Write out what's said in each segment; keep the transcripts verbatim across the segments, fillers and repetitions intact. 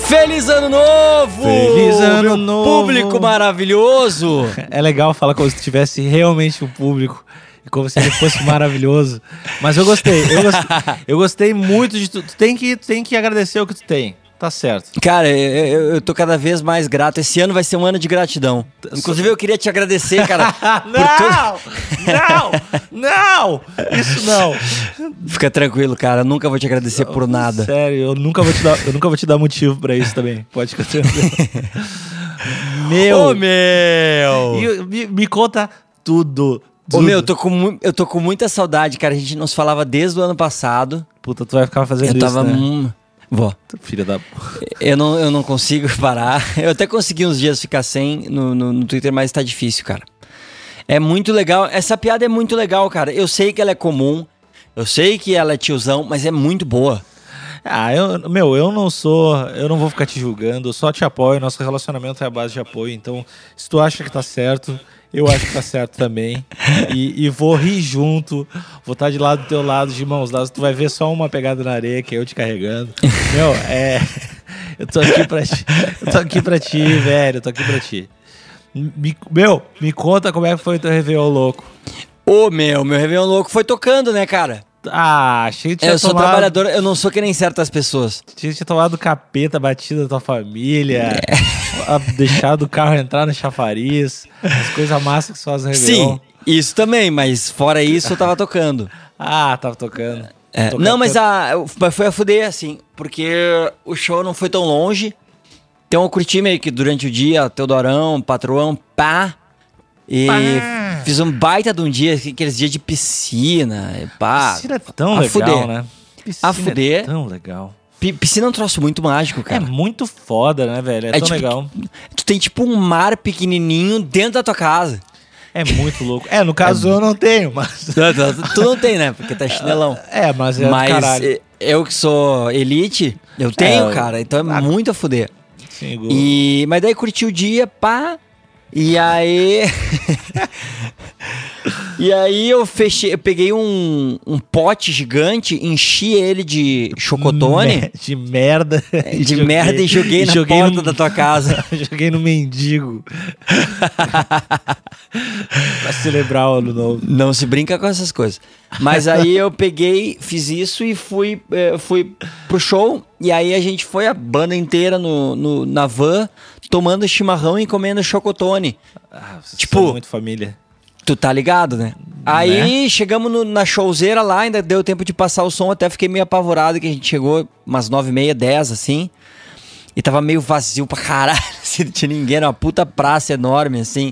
Feliz Ano Novo! Feliz Ano meu Novo! Público maravilhoso! É legal falar como se tivesse realmente um público e como se ele fosse maravilhoso. Mas eu gostei, eu gostei, eu gostei muito de tudo. Tu tem que, tu tem que agradecer o que tu tem. Tá certo. Cara, eu, eu, eu tô cada vez mais grato. Esse ano vai ser um ano de gratidão. Inclusive, eu queria te agradecer, cara. Não! Não! Não! Isso não! Fica tranquilo, cara. Eu nunca vou te agradecer por nada. Sério, eu nunca vou te dar, eu nunca vou te dar motivo pra isso também. Pode ficar tranquilo. Meu! Ô, meu! E, me, me conta tudo. Ô, meu, eu tô, com, mu- eu tô com muita saudade, cara. A gente não se falava desde o ano passado. Puta, tu vai ficar fazendo Eu tava... isso, né? hum, Vou. Filha da... Eu não, eu não consigo parar. Eu até consegui uns dias ficar sem no, no, no Twitter, mas tá difícil, cara. É muito legal. Essa piada é muito legal, cara. Eu sei que ela é comum. Eu sei que ela é tiozão, mas é muito boa. Ah, eu, meu, eu não sou... Eu não vou ficar te julgando. Eu só te apoio. Nosso relacionamento é a base de apoio. Então, se tu acha que tá certo... Eu acho que tá certo também. E, e vou rir junto. Vou estar de lado do teu lado, de mãos dadas. Tu vai ver só uma pegada na areia, que é eu te carregando. Meu, é... Eu tô aqui pra ti. Eu tô aqui pra ti, velho. Eu tô aqui pra ti. Me, meu, me conta como é que foi o teu Réveillon louco. Ô, meu, meu Réveillon louco foi tocando, né, cara? Ah, achei que tinha Eu sou tomado... trabalhador, eu não sou que nem certas pessoas. Tinha que ter tomado capeta, batido da tua família, é. deixado o carro entrar no chafariz, as coisas massas que se fazem no Réveillon. Sim, isso também, mas fora isso eu tava tocando. Ah, tava tocando. É, tocando não, mas a, foi a fuder, assim, porque o show não foi tão longe. Então eu curti meio que durante o dia, Teodorão, Patroão, pá. E pá. Fiz um baita de um dia, aqueles dias de piscina, pá. Piscina é tão a legal, fuder. né? Piscina a fuder. É tão legal. P- piscina é um troço muito mágico, cara. É muito foda, né, velho? É, é tão tipo, legal. Tu, tu tem tipo um mar pequenininho dentro da tua casa. É muito louco. É, no caso é... eu não tenho, mas... Tu, tu, tu não tem, né? Porque tá chinelão. É, mas é mas do caralho. Eu que sou elite, eu tenho, é, cara. Então é a... muito a fuder. Sim, e... Mas daí curti o dia, pá... E aí... e aí eu fechei, eu peguei um, um pote gigante, enchi ele de chocotone. De merda. De joguei, merda e joguei na joguei porta no, da tua casa. Joguei no mendigo. Pra celebrar o ano novo. Não se brinca com essas coisas. Mas aí eu peguei, fiz isso e fui, fui pro show. E aí a gente foi a banda inteira no, no, na van, tomando chimarrão e comendo chocotone. Ah, vocês tipo, são muito família. Tu tá ligado, né? Aí né? Chegamos no, na showzeira lá, ainda deu tempo de passar o som, até fiquei meio apavorado que a gente chegou umas nove e meia, dez, assim. E tava meio vazio pra caralho, assim, não tinha ninguém, era uma puta praça enorme, assim,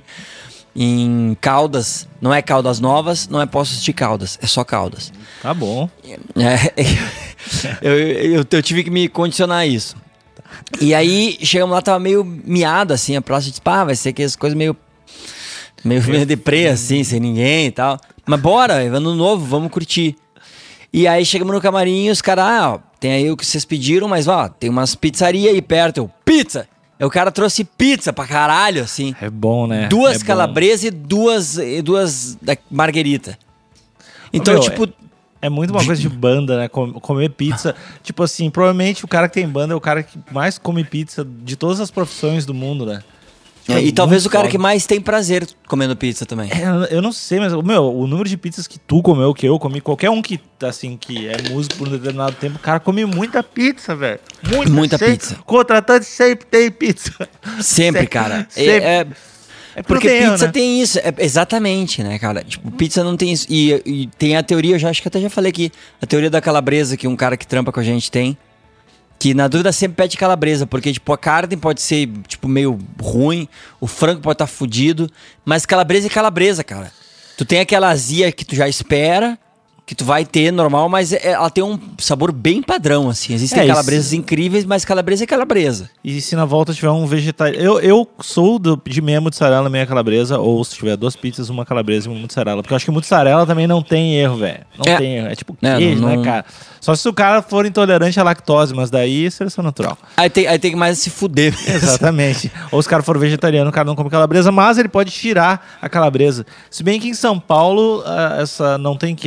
em Caldas. Não é Caldas Novas, não é Poços de Caldas, é só Caldas. Tá bom. É, eu, eu, eu tive que me condicionar a isso. E aí, chegamos lá, tava meio miado, assim, a praça, disse, pá, vai ser aquelas coisas meio... Meio, meio deprê, assim, sem ninguém e tal. Mas bora, ano novo, vamos curtir. E aí chegamos no camarim e os caras, ah, ó, tem aí o que vocês pediram, mas ó, tem umas pizzarias aí perto. Eu, pizza! Aí o cara trouxe pizza pra caralho, assim. É bom, né? Duas é calabresa e duas, e duas da marguerita. Então, Meu, tipo... É, é muito uma coisa de banda, né? Comer pizza. Tipo assim, provavelmente o cara que tem banda é o cara que mais come pizza de todas as profissões do mundo, né? É, e talvez o cara foda. Que mais tem prazer comendo pizza também. É, eu não sei, mas meu, o número de pizzas que tu comeu, que eu comi, qualquer um que assim que é músico por um determinado tempo, o cara come muita pizza, velho. Muita, muita sempre, pizza. Contratante sempre tem pizza. Sempre, sempre cara. Sempre. É, é, é porque proteína, pizza né? tem isso. É, exatamente, né, cara? Tipo, pizza não tem isso. E, e tem a teoria, eu já acho que até já falei aqui, a teoria da calabresa, que um cara que trampa com a gente tem. Que na dúvida sempre pede calabresa, porque tipo, a carne pode ser tipo, meio ruim, o frango pode estar fudido, mas calabresa é calabresa, cara. Tu tem aquela azia que tu já espera, que tu vai ter normal, mas é, ela tem um sabor bem padrão, assim. Existem é, calabresas isso. incríveis, mas calabresa é calabresa. E se na volta tiver um vegetariano... Eu, eu sou do, de meia mussarela, meia calabresa, ou se tiver duas pizzas, uma calabresa e uma mussarela. Porque eu acho que mussarela também não tem erro, velho. Não é. tem erro. É tipo é, queijo, não, né, cara? Só se o cara for intolerante à lactose, mas daí é seleção natural. Aí tem, aí tem que mais se fuder. Exatamente. Ou se o cara for vegetariano, o cara não come calabresa, mas ele pode tirar a calabresa. Se bem que em São Paulo, essa não tem queijo, as pizzas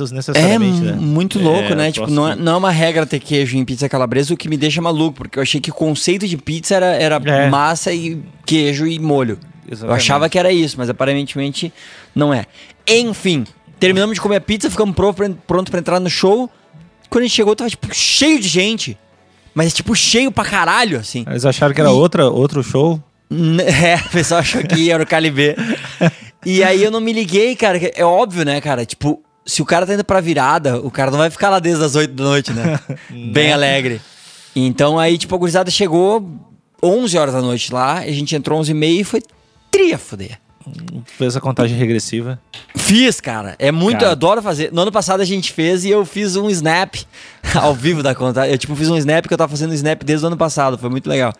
pizzas É necessariamente, né? muito louco, É, né? eu Tipo, gosto não é, de- não é uma regra ter queijo em pizza calabresa, o que me deixa maluco, porque eu achei que o conceito de pizza era, era É. massa e queijo e molho. Eu Exatamente. achava que era isso, mas aparentemente não é. Enfim, terminamos de comer a pizza, ficamos pro- pra- pronto pra entrar no show. Quando a gente chegou, tava, tipo, cheio de gente. Mas, tipo, cheio pra caralho, assim. Eles acharam que era E- outra, outro show? N- É, o pessoal achou que era o Calibê. E aí eu não me liguei, cara. que É óbvio, né, cara? Tipo, se o cara tá indo pra virada, o cara não vai ficar lá desde as oito da noite, né? Bem alegre. Então aí, tipo, a gurizada chegou onze horas da noite lá, a gente entrou onze e meia e foi tria foder. Fez a contagem regressiva. Fiz, cara. É muito, Cara. eu adoro fazer. No ano passado a gente fez e eu fiz um snap ao vivo da conta. Eu, tipo, fiz um snap que eu tava fazendo snap desde o ano passado. Foi muito legal.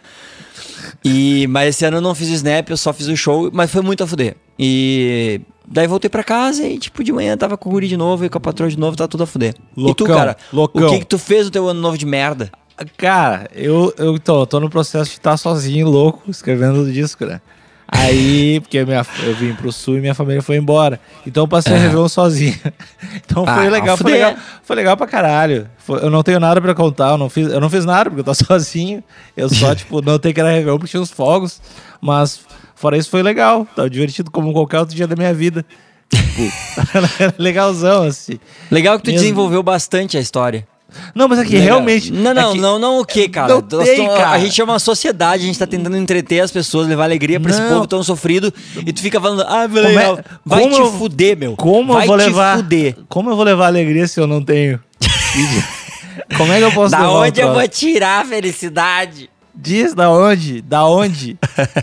E, mas esse ano eu não fiz o snap, eu só fiz o show, mas foi muito a fuder. E daí voltei pra casa e, tipo, de manhã tava com o guri de novo e com a patroa de novo, tá tudo a fuder. E tu, Loucão, cara? loucão. O que que tu fez no teu ano novo de merda? Cara, eu, eu tô, tô no processo de estar sozinho, louco, escrevendo o disco, né? Aí, porque minha, eu vim pro sul e minha família foi embora. Então eu passei a Réveillon sozinho. Então foi Ah, legal, foi fuder. legal, foi legal pra caralho. Foi- eu não tenho nada pra contar, eu não, fiz, eu não fiz nada porque eu tô sozinho. Eu só, tipo, não tenho que era Réveillon porque tinha uns fogos. Mas fora isso foi legal, tava divertido como qualquer outro dia da minha vida. Tipo, legalzão, assim. Legal que tu Mesmo. desenvolveu bastante a história. Não, mas aqui Legal. realmente... Não, não, é que- não, não o quê, cara? Não Nós tem, tamo- cara. A gente é uma sociedade, a gente tá tentando entreter as pessoas, levar alegria pra esse Não. povo tão sofrido. E tu fica falando, ah, Como é- legal. Vai como te eu- fuder, meu. Como Vai eu vou te levar... fuder. Como eu vou levar alegria se eu não tenho vídeo? Como é que eu posso Da levar um onde eu troço? vou tirar a felicidade? Diz da onde? Da onde?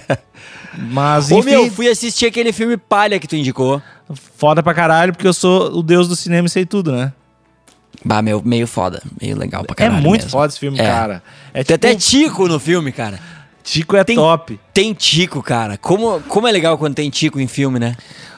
Mas, Ô, enfim, meu, fui assistir aquele filme Palha que tu indicou. foda pra caralho, porque eu sou o deus do cinema e sei tudo, né? Bah, meu, meio foda. Meio legal pra É caralho muito mesmo. foda esse filme, É. cara. É Tem tipo, até Tico no filme, cara. Tico é tem- top. Tem Tico, cara. Como, como é legal quando tem Tico em filme, né?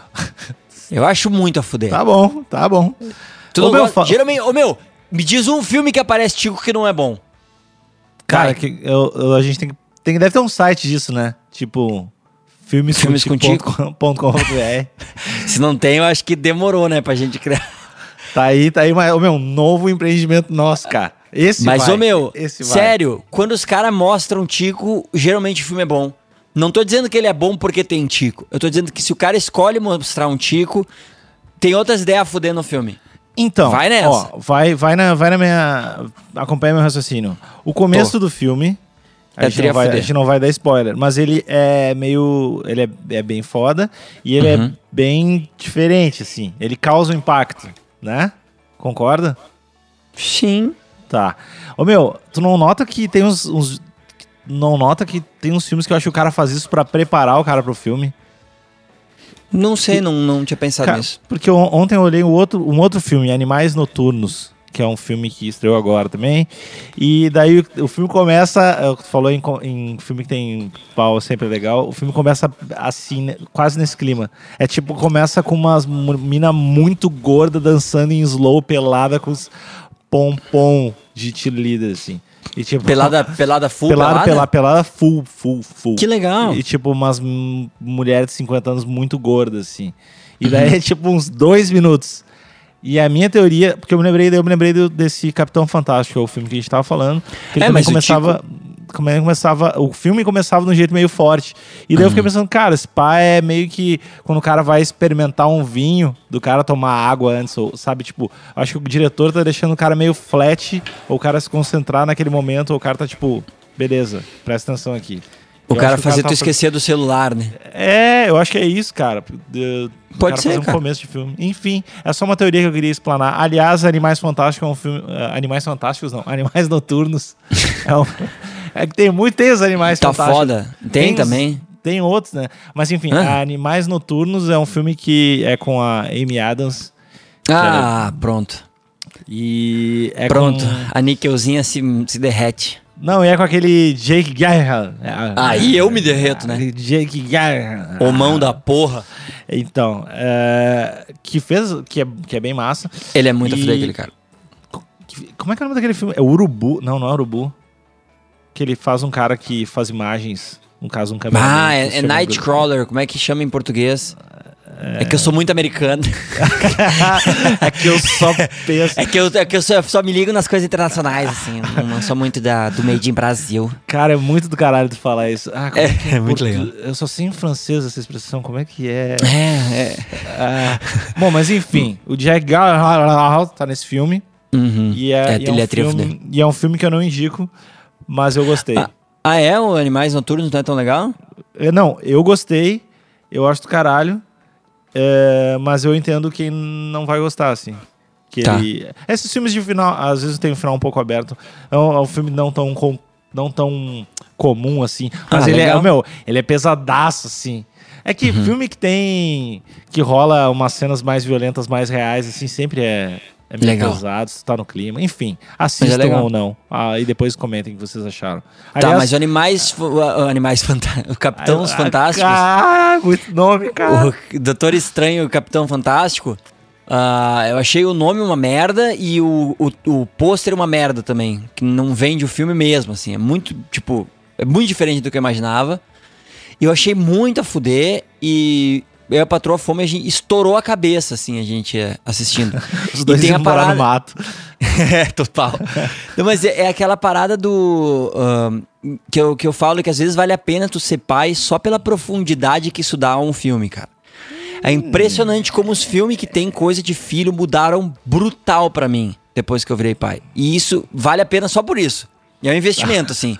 Eu acho muito a fuder. Tá bom, tá bom. Tu Ô, não meu, gosta- fa- Geralmente, ô meu, me diz um filme que aparece Tico que não é bom. Cara, Vai. que eu, eu- a gente tem que, tem que... Deve ter um site disso, né? Tipo... Filmes, Filmes com com Tico ponto com ponto b r. Se não tem, eu acho que demorou, né, pra gente criar. Tá aí, tá aí, mas, ô, meu, um novo empreendimento nosso, cara. Esse Mas, vai. ô meu, esse vai. sério, quando os caras mostram Tico, geralmente o filme é bom. Não tô dizendo que ele é bom porque tem Tico. Eu tô dizendo que se o cara escolhe mostrar um Tico, tem outras ideias a fuder no filme. Então, Vai nessa. ó, vai, vai, na, vai na minha... Acompanha meu raciocínio. O começo Tô. do filme... A É gente, tria não vai, a fuder. gente não vai dar spoiler, mas ele é meio... Ele é, é bem foda e ele Uhum. é bem diferente, assim. Ele causa um impacto, né? Concorda? Sim. Tá. Ô, meu, tu não nota que tem uns... uns- não nota que tem uns filmes que eu acho que o cara faz isso pra preparar o cara pro filme? Não sei, não, não tinha pensado Cara, nisso. porque on- ontem eu olhei um outro, um outro filme, Animais Noturnos, que é um filme que estreou agora também. E daí o, o filme começa, é, tu falou em, co- em filme que tem pau sempre legal, o filme começa assim, né, quase nesse clima. É tipo, começa com umas mu- mina muito gorda dançando em slow, pelada com os pompom de cheerleader, assim. E, tipo, Pelada, pelada full, pelada, pelada? pelada, pelada full, full, full. Que legal. E, tipo, umas hum, mulheres de cinquenta anos muito gordas, assim. E Uhum. daí é, tipo, uns dois minutos. E a minha teoria... Porque eu me lembrei, eu me lembrei do- desse Capitão Fantástico, que é o filme que a gente tava falando. Que ele É, também mas o começava... come- começava... O filme começava de um jeito meio forte. E daí eu Uhum. fiquei pensando, cara, esse pá é meio que... Quando o cara vai experimentar um vinho, do cara tomar água antes, ou, sabe? Tipo, acho que o diretor tá deixando o cara meio flat, ou o cara se concentrar naquele momento, ou o cara tá tipo... Beleza, presta atenção aqui. O Eu cara acho que fazer tá tu esquecer do celular, né? É, eu acho que é isso, cara. De- do Pode cara ser, fazer um cara. começo de filme. Enfim, é só uma teoria que eu queria explanar. Aliás, Animais Fantásticos é um filme... uh, Animais Fantásticos, não. Animais Noturnos. é, um, é que tem muito... Tem os Animais Tá Fantásticos. foda. Tem os- também. Tem outros, né? Mas enfim, Ah. Animais Noturnos é um filme que é com a Amy Adams. Ah, pronto. E é Pronto. com... A níquelzinha se, se derrete. Não, e é com aquele Jake Gyllenhaal. Aí eu me derreto, né? Jake Gyllenhaal. O mão da porra. Então, é, que fez, que é, que é bem massa. Ele é muito E- a fuder, aquele cara. Que- Como é que é o nome daquele filme? É o Urubu? Não, não é Urubu. Que ele faz um cara que faz imagens. No caso, um cameraman. Ah, que é, se é chama Urubu. Nightcrawler. Como é que chama em português? É que eu sou muito americano. É que eu só penso... É que eu, é que eu, só, eu só me ligo nas coisas internacionais, assim. Eu não sou muito da, do Made in Brasil. Cara, é muito do caralho tu falar isso. Ah, como É, que é muito legal. Eu só sei em francês essa expressão, como é que é? É, é. Ah, bom, mas enfim, o Jack Gyllenhaal tá nesse filme. Uhum. E é, É, e é um ele é trunfo filme, dele. e é um filme que eu não indico, mas eu gostei. Ah, ah, é? O Animais Noturnos não é tão legal? Eu- não, eu gostei, eu acho do caralho, é, mas eu entendo quem não vai gostar, assim. Que Tá. ele, esses filmes de final, às vezes tem um final um pouco aberto. É um, é um filme não tão, com- não tão comum, assim. Mas Ah, ele legal. é, meu, ele é pesadaço, assim. É que Uhum. filme que tem, que rola umas cenas mais violentas, mais reais, assim, sempre é... É meio Legal. pesado, se tá no clima. Enfim, Mas é assistam legal. ou não. Ah, e depois comentem o que vocês acharam. Tá, Aliás- mas o Animais, o, o Animais Fantásticos, o Capitão Ah, Fantásticos, Ah, muito nome, cara. o Doutor Estranho e o Capitão Fantástico, ah, eu achei o nome uma merda e o, o, o pôster uma merda também, que não vende o filme mesmo, assim, é muito, tipo, é muito diferente do que eu imaginava. E eu achei muito a fuder e eu e a Patroa fomos e a gente estourou a cabeça, assim, a gente é, assistindo. Os dois e tem iam a morar parada... no mato. É, total. Não, mas é, é aquela parada do... ahn, que, eu, que eu falo que às vezes vale a pena tu ser pai só pela profundidade que isso dá a um filme, cara. É impressionante como os filmes que tem coisa de filho mudaram brutal pra mim depois que eu virei pai. E isso vale a pena só por isso. E é um investimento, assim.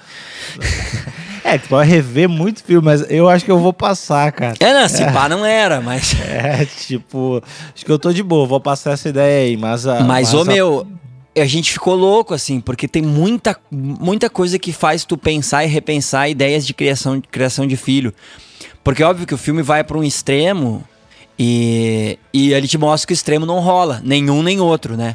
É, tu vai rever muito filme, mas eu acho que eu vou passar, cara. É, não, se pá não era, mas... É, tipo, acho que eu tô de boa, vou passar essa ideia aí, mas a... Mas, ô a- meu, a gente ficou louco, assim, porque tem muita, muita coisa que faz tu pensar e repensar ideias de criação, de criação de filho. Porque é óbvio que o filme vai pra um extremo e, e ele te mostra que o extremo não rola, nenhum nem outro, né?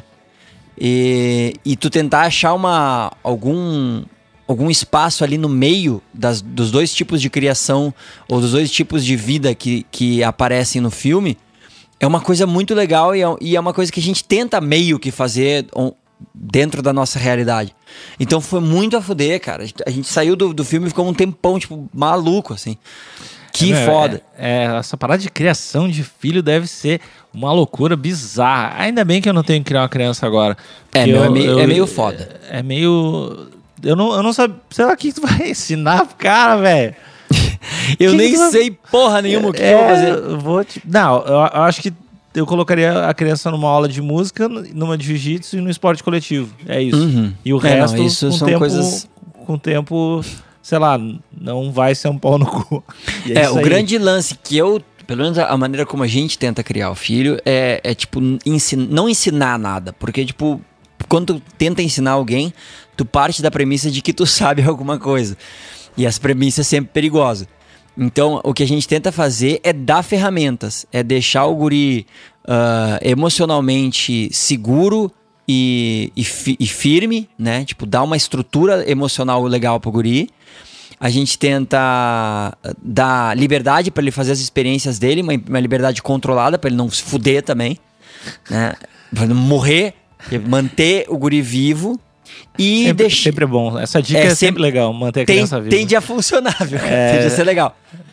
E, e tu tentar achar uma, algum, algum espaço ali no meio das, dos dois tipos de criação ou dos dois tipos de vida que, que aparecem no filme é uma coisa muito legal e é, e é uma coisa que a gente tenta meio que fazer on- dentro da nossa realidade. Então foi muito a fuder, cara. A gente, a gente saiu do, do filme e ficou um tempão, tipo, maluco, assim. Que Meu, foda. É, é, essa parada de criação de filho deve ser uma loucura bizarra. Ainda bem que eu não tenho que criar uma criança agora. É, Porque meu, é eu- meio- eu- é meio foda. É, é meio... Eu não, eu não sabia... Sei lá, o que tu vai ensinar pro cara, velho? Eu que nem que tu vai- sei porra nenhuma o que É, eu vou fazer. eu vou te- Não, eu, eu acho que eu colocaria a criança numa aula de música, numa de jiu-jitsu e no esporte coletivo. É isso. Uhum. E o É, não, resto, isso com são tempo, coisas- com o tempo, sei lá, não vai ser um pau no cu. E É, isso o aí. grande lance que eu, pelo menos a maneira como a gente tenta criar o filho, é, é tipo, ensin- não ensinar nada. Porque, tipo, quando tu tenta ensinar alguém, tu parte da premissa de que tu sabe alguma coisa. E essa premissa é sempre perigosa. Então, o que a gente tenta fazer é dar ferramentas, é deixar o guri ah, emocionalmente seguro e, e, fi- e firme, né? Tipo, dar uma estrutura emocional legal pro guri. A gente tenta dar liberdade para ele fazer as experiências dele, uma, uma liberdade controlada para ele não se fuder também, né? Pra não morrer, manter o guri vivo e Sempre, deixar. sempre é bom. Essa dica É, é, sempre, sempre- legal, manter a Tem, criança viva. tende a funcionar, viu? É. Tende a ser legal.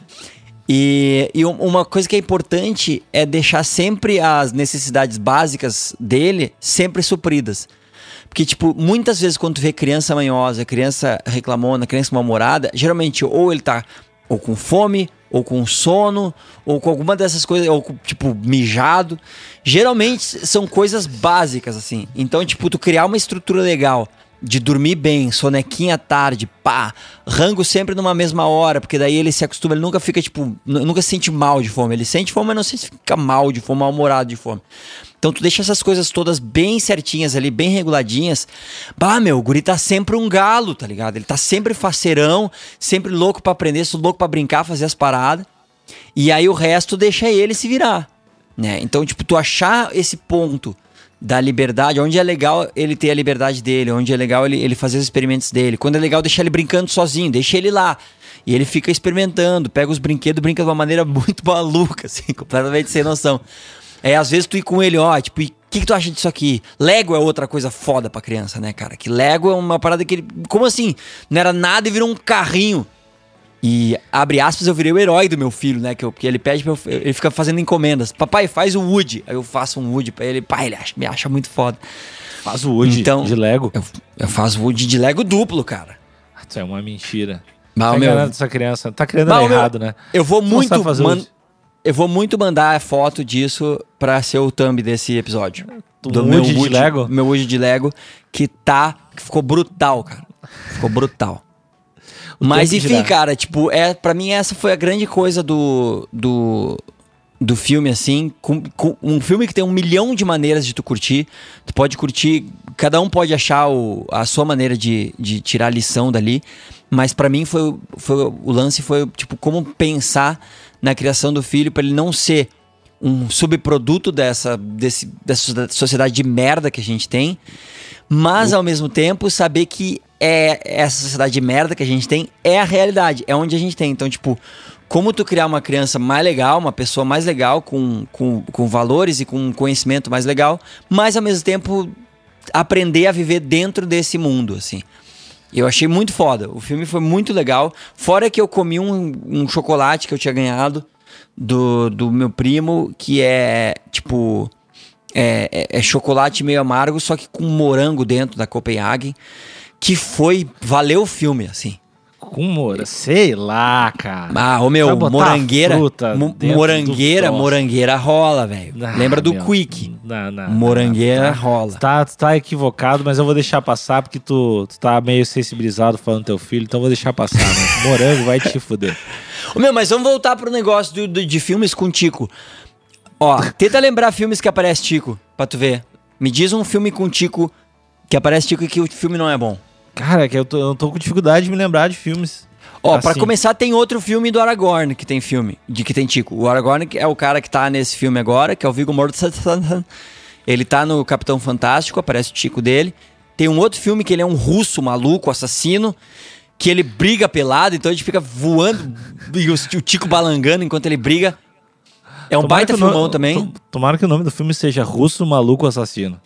E, e um- uma coisa que é importante é deixar sempre as necessidades básicas dele sempre supridas. Porque, tipo, muitas vezes quando tu vê criança manhosa, criança reclamona, criança mal-humorada, geralmente ou ele tá ou com fome, ou com sono, ou com alguma dessas coisas, ou com, tipo, mijado. Geralmente são coisas básicas, assim. Então, tipo, tu criar uma estrutura legal de dormir bem, sonequinha à tarde, pá, rango sempre numa mesma hora, porque daí ele se acostuma, ele nunca fica, tipo, n- nunca se sente mal de fome. Ele sente fome, mas não se fica mal de fome, mal-humorado de fome. Então tu deixa essas coisas todas bem certinhas ali, bem reguladinhas. Bah, meu, o guri tá sempre um galo, tá ligado? Ele tá sempre faceirão, sempre louco pra aprender, louco pra brincar, fazer as paradas. E aí o resto deixa ele se virar, né? Então, tipo, tu achar esse ponto da liberdade, onde é legal ele ter a liberdade dele, onde é legal ele, ele fazer os experimentos dele. Quando é legal deixar ele brincando sozinho, deixa ele lá. E ele fica experimentando, pega os brinquedos, brinca de uma maneira muito maluca, assim, completamente sem noção. É, às vezes tu ir com ele, ó, tipo, e o que, que tu acha disso aqui? Lego é outra coisa foda pra criança, né, cara? Que Lego é uma parada que ele... Como assim? Não era nada e virou um carrinho. E, abre aspas, eu virei o herói do meu filho, né? Que eu, porque ele pede pra eu, ele fica fazendo encomendas. Papai, faz um Woody. Aí eu faço um Woody pra ele. Pai, ele acha, me acha muito foda. Faz o Woody então, de Lego? Eu, eu faço Woody de Lego duplo, cara. Isso é uma mentira. Mas, tá meu, enganando essa criança. Tá criando mas, errado, meu, né? Eu vou Você muito... Man, eu vou muito mandar foto disso pra ser o thumb desse episódio. Do, do meu Woody de Lego? Meu Woody de Lego, que tá... Que ficou brutal, cara. Ficou brutal. Mas enfim, cara, tipo, é, pra mim essa foi a grande coisa do, do, do filme, assim. Com, com um filme que tem um milhão de maneiras de tu curtir. Tu pode curtir, cada um pode achar o, a sua maneira de, de tirar a lição dali. Mas pra mim foi, foi, o lance foi, tipo, como pensar na criação do filho pra ele não ser um subproduto dessa, desse, dessa sociedade de merda que a gente tem. Mas, ao mesmo tempo, saber que é essa sociedade de merda que a gente tem é a realidade, é onde a gente tem. Então, tipo, como tu criar uma criança mais legal, uma pessoa mais legal, com, com, com valores e com um conhecimento mais legal, mas, ao mesmo tempo, aprender a viver dentro desse mundo, assim. Eu achei muito foda. O filme foi muito legal. Fora que eu comi um, um chocolate que eu tinha ganhado do, do meu primo, que é, tipo... É, é, é chocolate meio amargo, só que com morango dentro da Copenhagen, que foi... Valeu o filme, assim. Com morango? Sei lá, cara. Ah, ô meu, morangueira... Mo, morangueira, morangueira rola, velho. Ah, Lembra do meu, Quick? Não, não, morangueira não, tá, rola. Tá, tá equivocado, mas eu vou deixar passar, porque tu, tu tá meio sensibilizado falando teu filho, então eu vou deixar passar, né? Morango vai te fuder. Ô meu, mas vamos voltar pro negócio do, do, de filmes com Tico. Ó, tenta lembrar filmes que aparece Tico, pra tu ver. Me diz um filme com Tico, que aparece Tico e que o filme não é bom. Cara, que eu tô, eu tô com dificuldade de me lembrar de filmes. Ó, assim. Pra começar, tem outro filme do Aragorn que tem filme, de que tem Tico. O Aragorn é o cara que tá nesse filme agora, que é o Viggo Mortensen. Ele tá no Capitão Fantástico, aparece o Tico dele. Tem um outro filme que ele é um russo maluco, assassino, que ele briga pelado, então a gente fica voando e o, o Tico balangando enquanto ele briga. É um tomara baita filmão no... também. Tomara que o nome do filme seja Russo Maluco Assassino.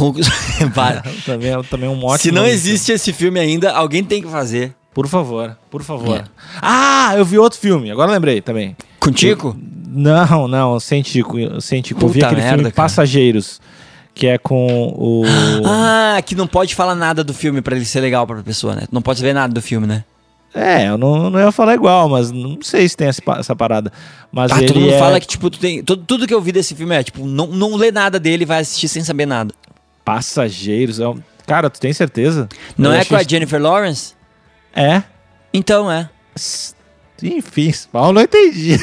também, é, também é um ótimo. Se não nome existe esse filme ainda, alguém tem que fazer. Por favor, por favor. É. Ah, eu vi outro filme, agora lembrei também. Com Tico? Eu... Não, não, sem Tico. Sem Tico. Puta eu vi aquele merda, filme cara. Passageiros, que é com o... Ah, que não pode falar nada do filme pra ele ser legal pra pessoa, né? Não pode saber nada do filme, né? É, eu não, não ia falar igual, mas não sei se tem essa, essa parada. Mas ah, ele todo mundo é... fala que, tipo, tu tem, tudo, tudo que eu vi desse filme é, tipo, não, não lê nada dele e vai assistir sem saber nada. Passageiros, é um... Cara, tu tem certeza? Não eu é achei... com a Jennifer Lawrence? É? Então, é. Enfim, Paulo, não entendi.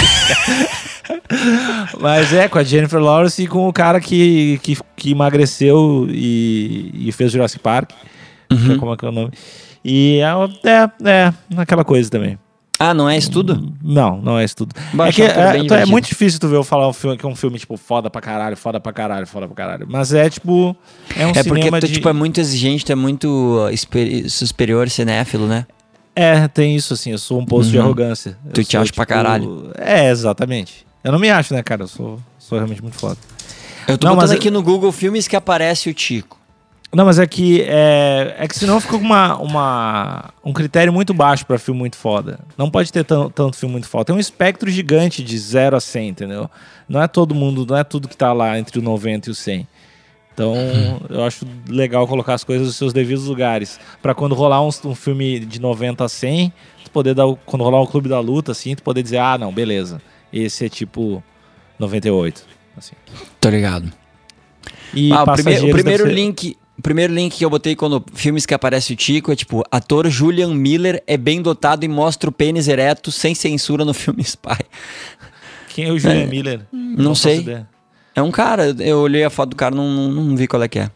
Mas é, com a Jennifer Lawrence e com o cara que, que, que emagreceu e, e fez Jurassic Park. Uhum. Como é que é o nome? E é, é, é aquela coisa também. Ah, não é isso tudo? Não, não é isso tudo. É, que, é, é muito difícil tu ver eu falar um filme que é um filme, tipo, foda pra caralho, foda pra caralho, foda pra caralho. Mas é, tipo, é um é cinema porque tu, de... tipo, é muito exigente, tu é muito uh, superior cinéfilo, né? É, tem isso, assim, eu sou um poço uhum. de arrogância. Eu tu te sou, acha tipo... pra caralho. É, exatamente. Eu não me acho, né, cara? Eu sou, sou realmente muito foda. Eu tô não, botando mas aqui no Google filmes que aparece o Tico. Não, mas é que é, é que senão fica uma, uma, um critério muito baixo pra filme muito foda. Não pode ter tão, tanto filme muito foda. Tem um espectro gigante de zero a cem, entendeu? Não é todo mundo, não é tudo que tá lá entre o noventa e o cem. Então, hum. eu acho legal colocar as coisas nos seus devidos lugares. Pra quando rolar um, um filme de noventa a cem, tu poder dar, quando rolar um Clube da Luta, assim, tu poder dizer, ah, não, beleza. Esse é tipo noventa e oito. Assim. Tô ligado. E ah, o, primeiro, o primeiro ser... link... O primeiro link que eu botei quando filmes que aparece o Tico é tipo, ator Julian Miller é bem dotado e mostra o pênis ereto sem censura no filme Spy. Quem é o Julian é, Miller? Não, não sei. É um cara, eu olhei a foto do cara, não, não, não vi qual é que é.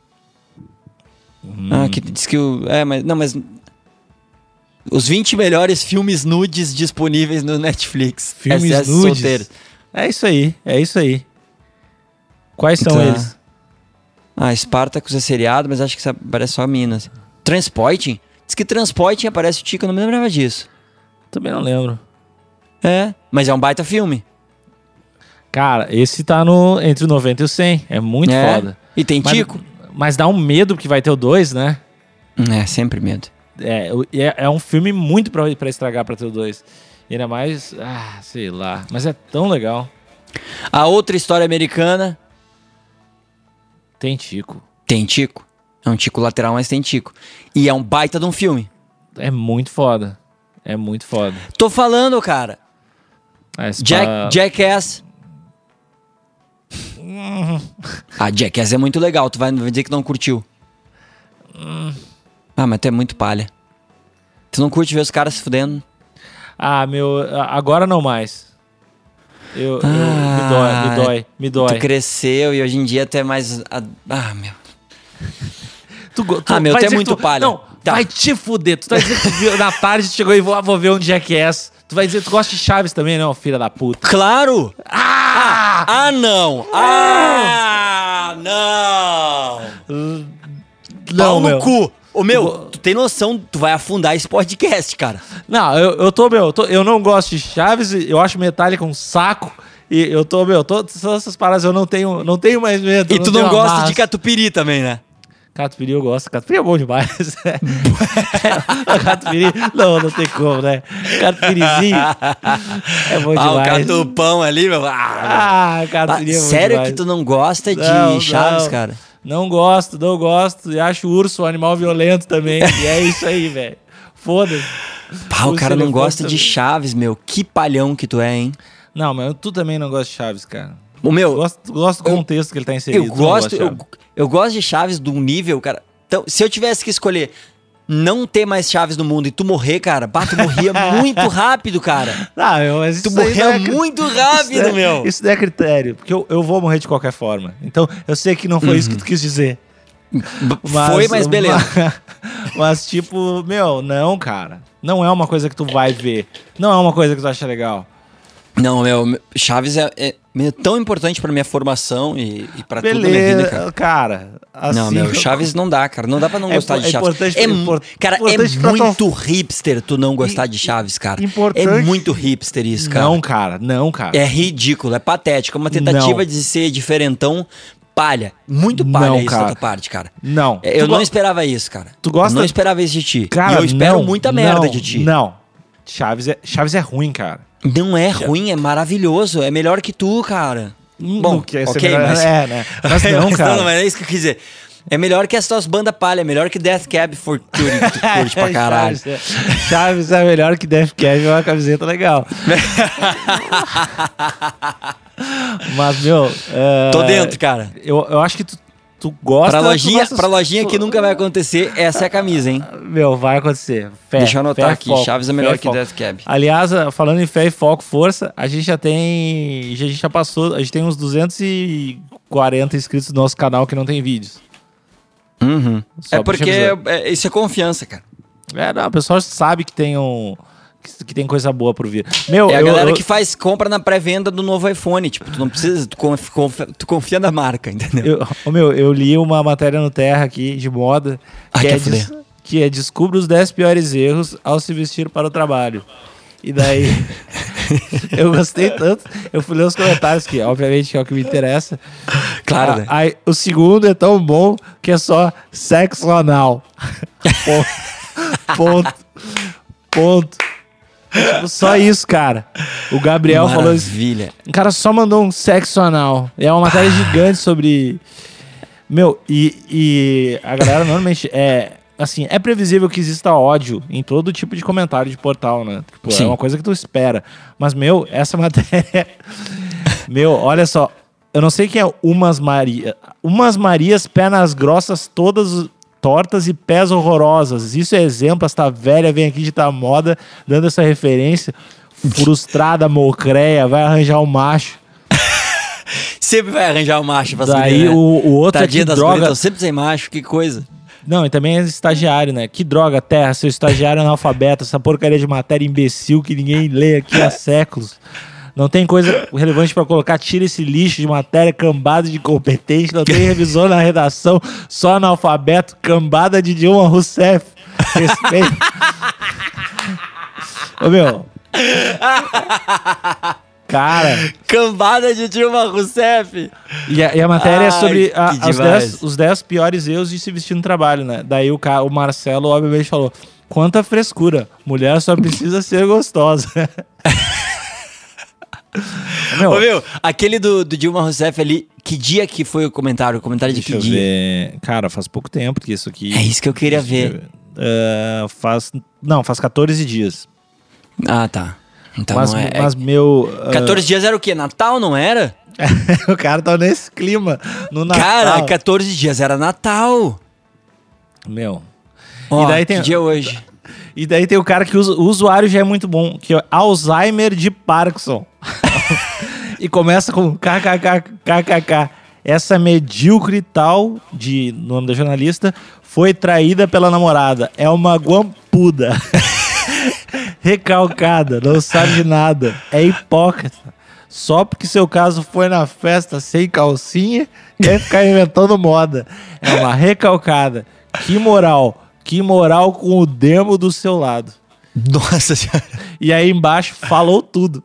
Hum. Ah, que diz que o... É, mas... Não, mas... Os vinte melhores filmes nudes disponíveis no Netflix. Filmes S S nudes? Solteiro. É isso aí, é isso aí. Quais são então, eles? Ah, Spartacus é seriado, mas acho que aparece só Minas. Transporting? Diz que Transporting aparece o Tico, eu não me lembrava disso. Também não lembro. É, mas é um baita filme. Cara, esse tá no, entre o noventa e o cem. É muito é. foda. E tem mas, Tico. Mas dá um medo que vai ter o dois, né? É, sempre medo. É, é, é um filme muito pra, pra estragar pra ter o dois. E ainda mais, ah, sei lá. Mas é tão legal. A outra história americana... Tem Tico. Tem Tico. É um Tico lateral, mas tem Tico. E é um baita de um filme. É muito foda. É muito foda. Tô falando, cara. Ah, Jack, pra... Jackass. Ah, Jackass é muito legal. Tu vai dizer que não curtiu. Ah, mas tu é muito palha. Tu não curte ver os caras se fudendo? Ah, meu... Agora não mais. Eu, ah, eu, me dói, me dói, me dói. Tu cresceu e hoje em dia tu é mais... Ah, meu... Tu, tu, ah, meu, tu é muito tu, palha. Não, tá. Vai te fuder. Tu tá dizendo que tu viu, na tarde tu chegou e vou, vou ver um Jackass. Tu vai dizer que tu gosta de Chaves também, não, filha da puta? Claro! Ah! Ah, ah não! Ah, não! Não, Pau no meu. cu! Ô, meu, Tu- tu tem noção, tu vai afundar esse podcast, cara. Não, eu, eu tô, meu, eu, tô, eu não gosto de Chaves, eu acho Metallica um saco. E eu tô, meu, todas essas paradas eu não tenho, não tenho mais medo. E tu tenho não gosta amarras. de catupiry também, né? Catupiry eu gosto. Catupiry é bom demais. Catupiry, não, não tem como, né? Catupiryzinho é bom Ah, o demais. catupão ali, meu. Ah, Ah, catupiry é ah, bom sério demais. que tu não gosta de Não, Chaves, não. cara? Não gosto, não gosto. E acho o urso um animal violento também. E é isso aí, velho. Foda-se. Pá, o Os cara não elefantes gosta de também. Chaves, meu. Que palhão que tu é, hein? Não, mas tu também não gosta de Chaves, cara. O meu, Gosto, gosto do contexto que ele tá inserido. eu Tu não gosto, gosta de eu, Chaves. eu gosto de Chaves de um nível, cara. Então, se eu tivesse que escolher não ter mais Chaves no mundo e tu morrer, cara, bah, tu morria muito rápido, cara. Não, eu, mas Tu isso aí morreu não é cri- muito isso rápido, não é- meu. Isso não é critério, porque eu, eu vou morrer de qualquer forma. Então, eu sei que não foi isso que tu quis dizer. Mas- Foi, mas beleza. Mas, mas, tipo, meu, não, cara. Não é uma coisa que tu vai ver. Não é uma coisa que tu acha legal. Não, meu, Chaves é, é, é tão importante pra minha formação e, e pra tudo na minha Beleza, vida, cara. cara. Assim, Não, meu, Chaves não dá, cara. Não dá pra não É gostar impo- de é Chaves. importante- É, mu- impor- cara, importante é pra tua- muito hipster tu não gostar de Chaves, cara. importante- É muito hipster isso, cara. Não, cara, não, cara. É ridículo, é patético. É uma tentativa Não. de ser diferentão palha. Muito palha Não, isso da cara. tua parte, cara. Não. É, Eu Tu não go- esperava isso, cara. Tu gosta- Eu não esperava isso de ti. Cara, e eu espero não, muita merda não, de ti. Não. Chaves é, Chaves é ruim, cara. Não é ruim, é maravilhoso. É melhor que tu, cara. Bom, Não quer ser ok, melhor- mas... É, né? Mas não, cara. Não, mas é isso que eu quis dizer. É melhor que as tuas bandas palha, é melhor que Death Cab for Cutie, que tu curte pra caralho. Chaves, é, Chaves é melhor que Death Cab, é uma camiseta legal. Mas, meu... é, Tô dentro, cara. Eu, eu acho que tu, tu gosta... Pra tu lojinha, gosta- pra lojinha que nunca vai acontecer, essa é a camisa, hein? Meu, vai acontecer. Fé, Deixa eu anotar fé e aqui, foco, Chaves é fé melhor e que foco. Death Cab. Aliás, falando em fé e foco, força, a gente já tem... A gente já passou... A gente tem uns duzentos e quarenta inscritos no nosso canal que não tem vídeos. Uhum. Só É pra te porque avisar. é- isso é confiança, cara. É, não, o pessoal sabe que tem um... Que, que tem coisa boa por vir. Meu, É a eu- galera eu- que faz compra na pré-venda do novo iPhone. Tipo, tu não precisa, tu confia, confia, tu confia na marca, entendeu? Eu, ô, meu, eu li uma matéria no Terra aqui de moda Ah, que, quer é des- fuder. que é descubra os dez piores erros ao se vestir para o trabalho. E daí eu gostei tanto, eu fui ler os comentários, que obviamente é o que me interessa. Claro, Ah, né? aí, o segundo é tão bom que é só sexo anal. Ponto. Ponto. Ponto. Tipo, só isso, cara. O Gabriel falou isso. Maravilha. O cara só mandou um sexo anal. É uma matéria gigante sobre... Meu, e, e a galera normalmente é... Assim, é previsível que exista ódio em todo tipo de comentário de portal, né? Tipo, Sim. é uma coisa que tu espera. Mas, meu, essa matéria... meu, olha só. Eu não sei quem é Umas Maria. Umas Marias, pernas grossas, todas tortas e pés horrorosas. Isso é exemplo. Esta velha vem aqui de tá moda, dando essa referência. Frustrada, mocreia, vai arranjar um macho. Sempre vai arranjar um macho pra Daí subir, né? o, o outro é Tadinha que das droga... gurias, tão sempre sem macho, que coisa. Não, e também é estagiário, né? Que droga, terra, seu estagiário analfabeto, essa porcaria de matéria imbecil que ninguém lê aqui há séculos. Não tem coisa relevante pra colocar, tira esse lixo de matéria, cambada de incompetente, não tem revisor na redação, só analfabeto, cambada de Dilma Rousseff. Respeito. Ô, meu... Cara... Cambada de Dilma Rousseff. E a, e a matéria é Ai, sobre a- que as demais. dez, os dez piores erros de se vestir no trabalho, né? Daí o, cara, o Marcelo, obviamente, falou: Quanta frescura. Mulher só precisa ser gostosa. Meu, Ô, meu, aquele do, do Dilma Rousseff ali, que dia que foi o comentário? O comentário de deixa que eu dia? Ver. Cara, faz pouco tempo que isso aqui... É isso que eu queria ver. Uh, faz... Não, faz catorze dias. Ah, tá. Então mas, não é... mas meu... Uh... catorze dias era o quê? Natal, não era? O cara tá nesse clima, no Natal. Cara, catorze dias era Natal. Meu. Ó, e daí tem... que dia é hoje? E daí tem o cara que usa, o usuário já é muito bom, que é Alzheimer de Parkinson. E começa com kkkkkk. Essa medíocre tal, de nome da jornalista, foi traída pela namorada. É uma guampuda. Recalcada, não sabe de nada. É hipócrita. Só porque seu caso foi na festa sem calcinha, quer ficar inventando moda. É uma recalcada. Que moral. Que moral com o demo do seu lado. Nossa senhora. E aí embaixo falou tudo.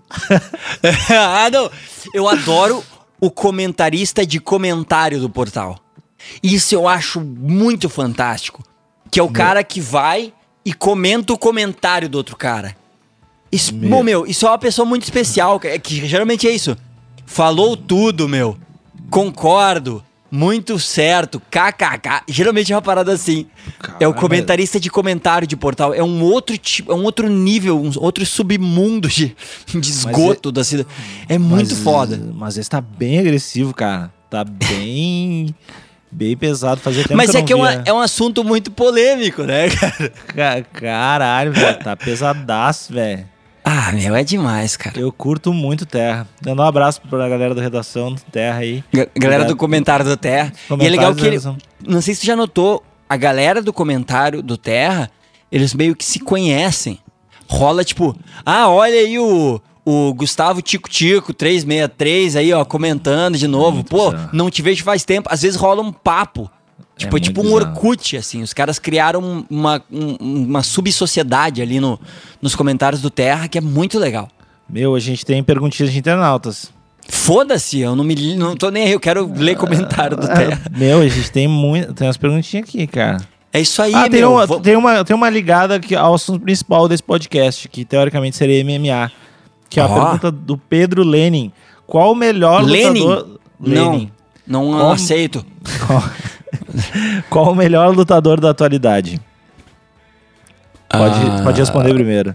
Ah, não. Eu adoro o comentarista de comentário do portal. Isso eu acho muito fantástico. Que é o meu. cara que vai e comenta o comentário do outro cara. Isso, meu. Bom, meu, isso é uma pessoa muito especial. Que, que geralmente é isso. Falou tudo, meu. Concordo. Muito certo, kkk. Geralmente é uma parada assim. Caramba. É o comentarista de comentário de portal. É um outro tipo, é um outro nível, um outro submundo de, de esgoto é, da cidade. É muito mas, foda. Mas esse tá bem agressivo, cara. Tá bem. Bem pesado. Fazer tempo mas que é eu que é, uma, via. é um assunto muito polêmico, né, cara? Caralho, velho. Tá pesadaço, velho. Ah, meu, é demais, cara. Eu curto muito Terra. Dando um abraço pra galera da redação do Terra aí. G- galera do comentário do Terra. E é legal que ele, não sei se tu já notou, a galera do comentário do Terra, eles meio que se conhecem. Rola tipo, ah, olha aí o, o Gustavo Tico Tico três seis três aí, ó, comentando de novo. Muito Pô, bizarro. Não te vejo faz tempo. Às vezes rola um papo. Tipo, é, é tipo um bizarro. Orkut, assim. Os caras criaram uma, um, uma subsociedade ali no, nos comentários do Terra, que é muito legal. Meu, a gente tem perguntinhas de internautas. Foda-se, eu não, me, não tô nem aí, eu quero ler comentário do Terra. Meu, a gente tem muito, tem umas perguntinhas aqui, cara. É isso aí, ah, tem meu. Uma, Vou... tem, uma, tem uma ligada aqui ao assunto principal desse podcast, que teoricamente seria M M A. Que é a oh. pergunta do Pedro Lenin. Qual o melhor Lenin? lutador... Lenin? Não, não, não aceito. Qual... Qual o melhor lutador da atualidade? Pode, ah... pode responder primeiro.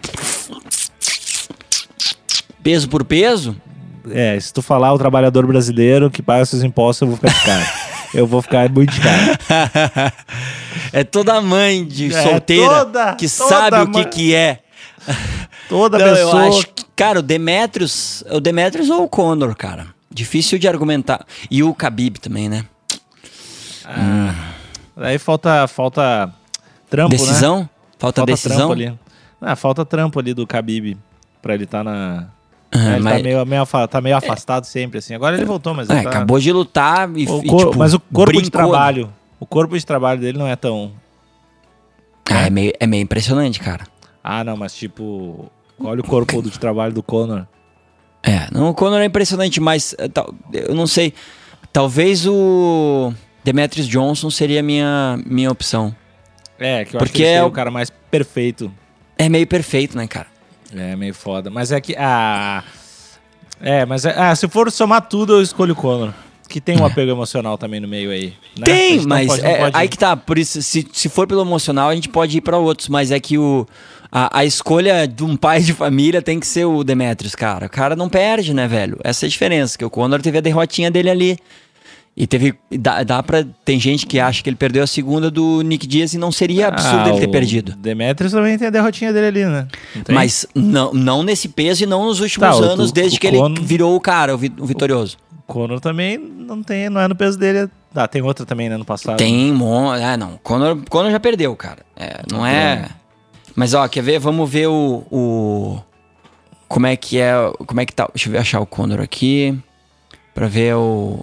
Peso por peso? É, se tu falar o trabalhador brasileiro que paga seus impostos, eu vou ficar de cara. Eu vou ficar muito de cara. É toda mãe de é, solteira toda, que toda sabe mãe... o que que é. Toda Não, pessoa... Eu acho que, cara, o Demetrius, o Demetrius ou o Conor, cara. Difícil de argumentar. E o Khabib também, né? Ah, hum. Aí falta, falta trampo, decisão? né? Falta, falta decisão? Ali. Ah, falta trampo ali do Khabib pra ele estar tá na... Uhum, é, ele mas... tá, meio, meio, tá meio afastado é... sempre, assim. Agora ele voltou, mas... É, tá... acabou de lutar e, o e cor... tipo, Mas o corpo brincou, de trabalho... O corpo de trabalho dele não é tão... Ah, é, é, meio, é meio impressionante, cara. Ah, não, mas tipo... Olha o corpo de trabalho do Conor. É, não, o Conor é impressionante, mas eu não sei. Talvez o Demetrius Johnson seria a minha, minha opção. É, que eu Porque acho que ele é o cara mais perfeito. É meio perfeito, né, cara? É, meio foda. Mas é que... Ah, é, mas é, ah, se for somar tudo, eu escolho o Conor. Que tem um apego emocional também no meio aí. Né? Tem, mas pode, é, pode... aí que tá. Por isso, se, se for pelo emocional, a gente pode ir pra outros. Mas é que o, a, a escolha de um pai de família tem que ser o Demetrius, cara. O cara não perde, né, velho? Essa é a diferença. Que o Conor teve a derrotinha dele ali. E teve... Dá, dá pra... Tem gente que acha que ele perdeu a segunda do Nick Diaz e não seria absurdo ah, ele ter perdido. Demetrius também tem a derrotinha dele ali, né? Não mas não, não nesse peso e não nos últimos tá, anos, o, desde o que Conor... ele virou o cara, o, vi, o vitorioso. O Conor também não, tem, não é no peso dele. Ah, tem outra também, né, no passado. Tem, mon... ah, não. Conor, Conor já perdeu, cara. É, não é... é... Mas, ó, quer ver? Vamos ver o... o... Como é que é... Como é que tá... Deixa eu ver, achar o Conor aqui. Pra ver o...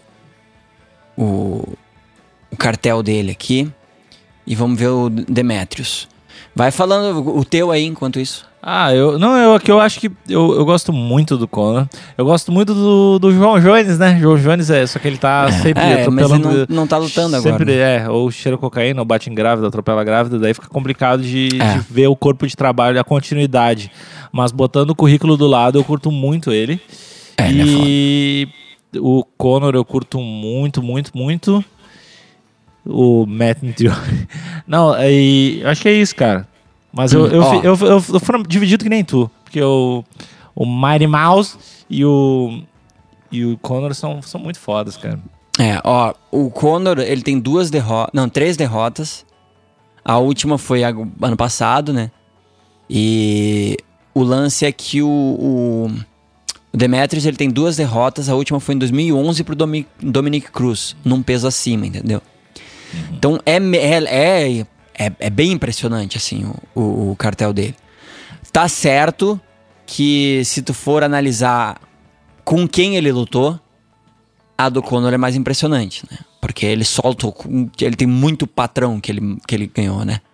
O... O cartel dele aqui. E vamos ver o Demetrius. Vai falando o teu aí, enquanto isso. Ah, eu. Não, eu que eu acho que eu, eu gosto muito do Conor. Eu gosto muito do, do João Jones, né? João Jones é, só que ele tá sempre É, atropelando. mas ele não, não tá lutando agora. Sempre né? é, ou cheira cocaína, ou bate em grávida, atropela a grávida, daí fica complicado de, É. de ver o corpo de trabalho, a continuidade. Mas botando o currículo do lado, eu curto muito ele. É, ele é e o Conor eu curto muito, muito, muito. O Matt Mitrione. Não, e acho que é isso, cara. Mas eu, Hum, eu, ó. fi- eu, eu, eu fui dividido que nem tu. Porque o, o Mighty Mouse e o, e o Conor são, são muito fodas, cara. É, ó, o Conor, ele tem duas derrotas, não, três derrotas. A última foi ag- ano passado, né? E o lance é que o, o, o Demetrius, ele tem duas derrotas. A última foi em dois mil e onze pro Domi, Dominic Cruz, num peso acima, entendeu? Então é, me- é, é, é, é bem impressionante, assim, o, o, o cartel dele. Tá certo que se tu for analisar com quem ele lutou, a do Conor é mais impressionante, né? Porque ele solta, o- ele tem muito patrão que ele, que ele ganhou, né?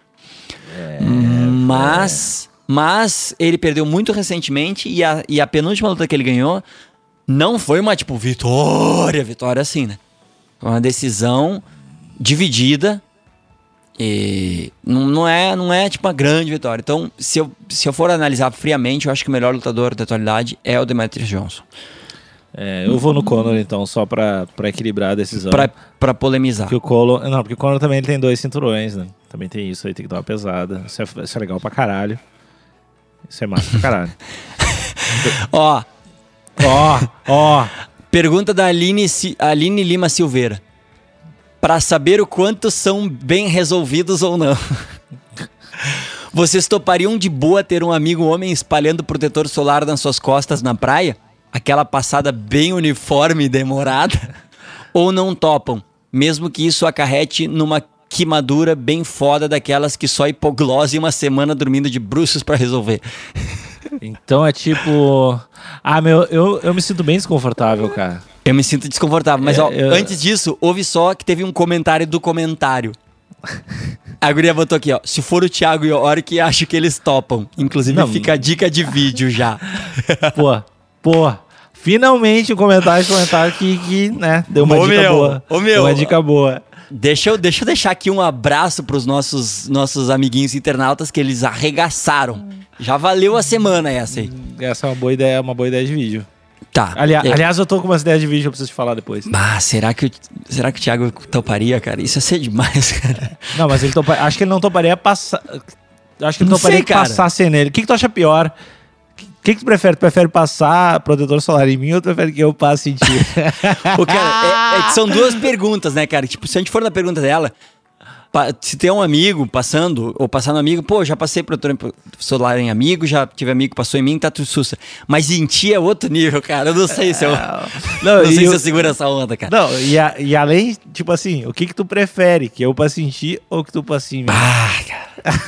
mas, mas ele perdeu muito recentemente e a, e a penúltima luta que ele ganhou não foi uma, tipo, vitória, vitória assim, né? Foi uma decisão dividida e não, não, é, não é, tipo, uma grande vitória. Então, se eu, se eu for analisar friamente, eu acho que o melhor lutador da atualidade é o Demetrius Johnson. É, eu vou no Conor, então, só pra, pra equilibrar a decisão. Pra, pra polemizar. Porque o Conor, não, porque o Conor também ele tem dois cinturões, né? Também tem isso aí, tem que dar uma pesada. Isso é, isso é legal pra caralho. Isso é massa pra caralho. Ó, Ó, ó. pergunta da Aline, Si- Aline Lima Silveira. Pra saber o quanto são bem resolvidos ou não. Vocês topariam de boa ter um amigo homem espalhando protetor solar nas suas costas na praia? Aquela passada bem uniforme e demorada? Ou não topam? Mesmo que isso acarrete numa queimadura bem foda daquelas que só hipoglose uma semana dormindo de bruços pra resolver. Então é tipo... Ah, meu, eu, eu me sinto bem desconfortável, cara. Eu me sinto desconfortável, mas É, ó, eu- antes disso, ouve só que teve um comentário do comentário. A guria botou aqui, ó. Se for o Thiago e o Orc, acho que eles topam. Inclusive, Não. fica a dica de vídeo já. Pô, pô. Finalmente um comentário, um comentário que, que né, deu uma Ô, dica meu, boa. ô, meu. Deu uma dica boa. Deixa eu, deixa eu deixar aqui um abraço pros nossos, nossos amiguinhos internautas que eles arregaçaram. Já valeu a semana essa aí. Essa é uma boa ideia, uma boa ideia de vídeo. Tá. Ali, É. Aliás, eu tô com umas ideias de vídeo que eu preciso te falar depois. Ah, será que, o, será que o Thiago toparia, cara? Isso ia ser demais, cara. Não, mas ele topa... acho que ele não toparia passar. Acho que ele Não toparia sei, que cara. passasse nele. O que, que tu acha pior? O que, que tu prefere? Tu prefere passar protetor solar em mim ou tu prefere que eu passe em ti? Pô, cara, é, é que são duas perguntas, né, cara? Tipo, se a gente for na pergunta dela, pa- se tem um amigo passando, ou passar no amigo, pô, já passei protetor solar em amigo, já tive amigo que passou em mim, tá tudo sussa. Mas em ti é outro nível, cara. Eu não sei se eu, Não, não e sei eu- se eu seguro essa onda, cara. Não, e, a- e além, tipo assim, o que que tu prefere? Que eu passe em ti ou que tu passe em mim? Ah, cara.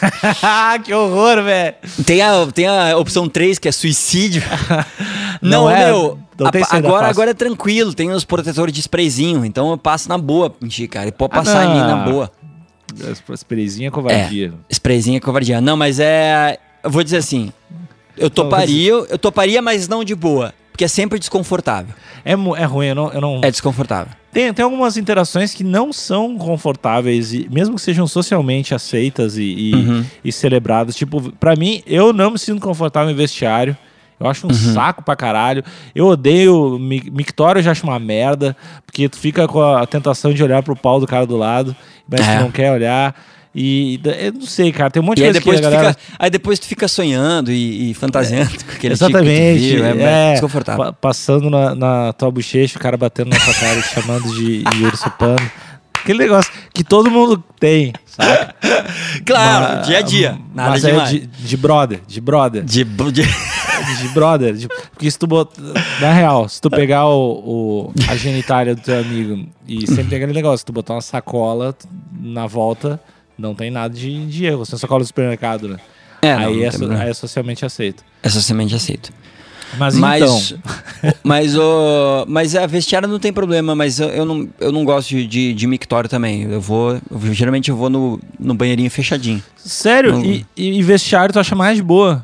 Que horror, velho! Tem a, tem a opção três, que é suicídio. Não Não, é, meu. não tem a- saída agora, fácil. agora é tranquilo, tem os protetores de sprayzinho, então eu passo na boa em ti, cara. E pode passar Ah, em mim não. na boa. Sprayzinha é covardia. Sprayzinho é covardia. Não, mas é. Eu vou dizer assim. Eu toparia, eu toparia, mas não de boa. Porque é sempre desconfortável. É, mu- é ruim, eu não. Eu não... É desconfortável. Tem, tem algumas interações que não são confortáveis, e mesmo que sejam socialmente aceitas e, e, Uhum. e celebradas. Tipo, pra mim, eu não me sinto confortável em vestiário. Eu acho um Uhum. saco pra caralho. Eu odeio. mi- Mictório eu já acho uma merda. Porque tu fica com a tentação de olhar pro pau do cara do lado, mas É. tu não quer olhar. E da- eu não sei, cara. Tem um monte de E aí coisa depois, que tu a galera... fica, aí depois tu fica sonhando e, e fantasiando com aquele Exatamente. tipo que tu viu. É, é, é desconfortável. pa- passando na, na tua bochecha, o cara batendo na tua cara e te chamando de, de urso pano. Aquele negócio que todo mundo tem, sabe? Claro, Mas- dia a dia. Nada mas é demais. de, de brother, de brother. De, de... De brother. de- porque se tu botar. Na real, se tu pegar o, o- a genitália do teu amigo e sempre tem aquele negócio, se tu botar uma sacola na volta, não tem nada de, de erro. Você sacola do supermercado, né? É, não, aí, não é, tem so- problema. aí é socialmente aceito. É socialmente aceito. Mas, Mas, então. mas, o, mas a vestiária não tem problema, mas eu, eu, não, eu não gosto de, de, de mictório também. Eu vou. eu- geralmente eu vou no, no banheirinho fechadinho. Sério? Não- E, e vestiário tu acha mais de boa?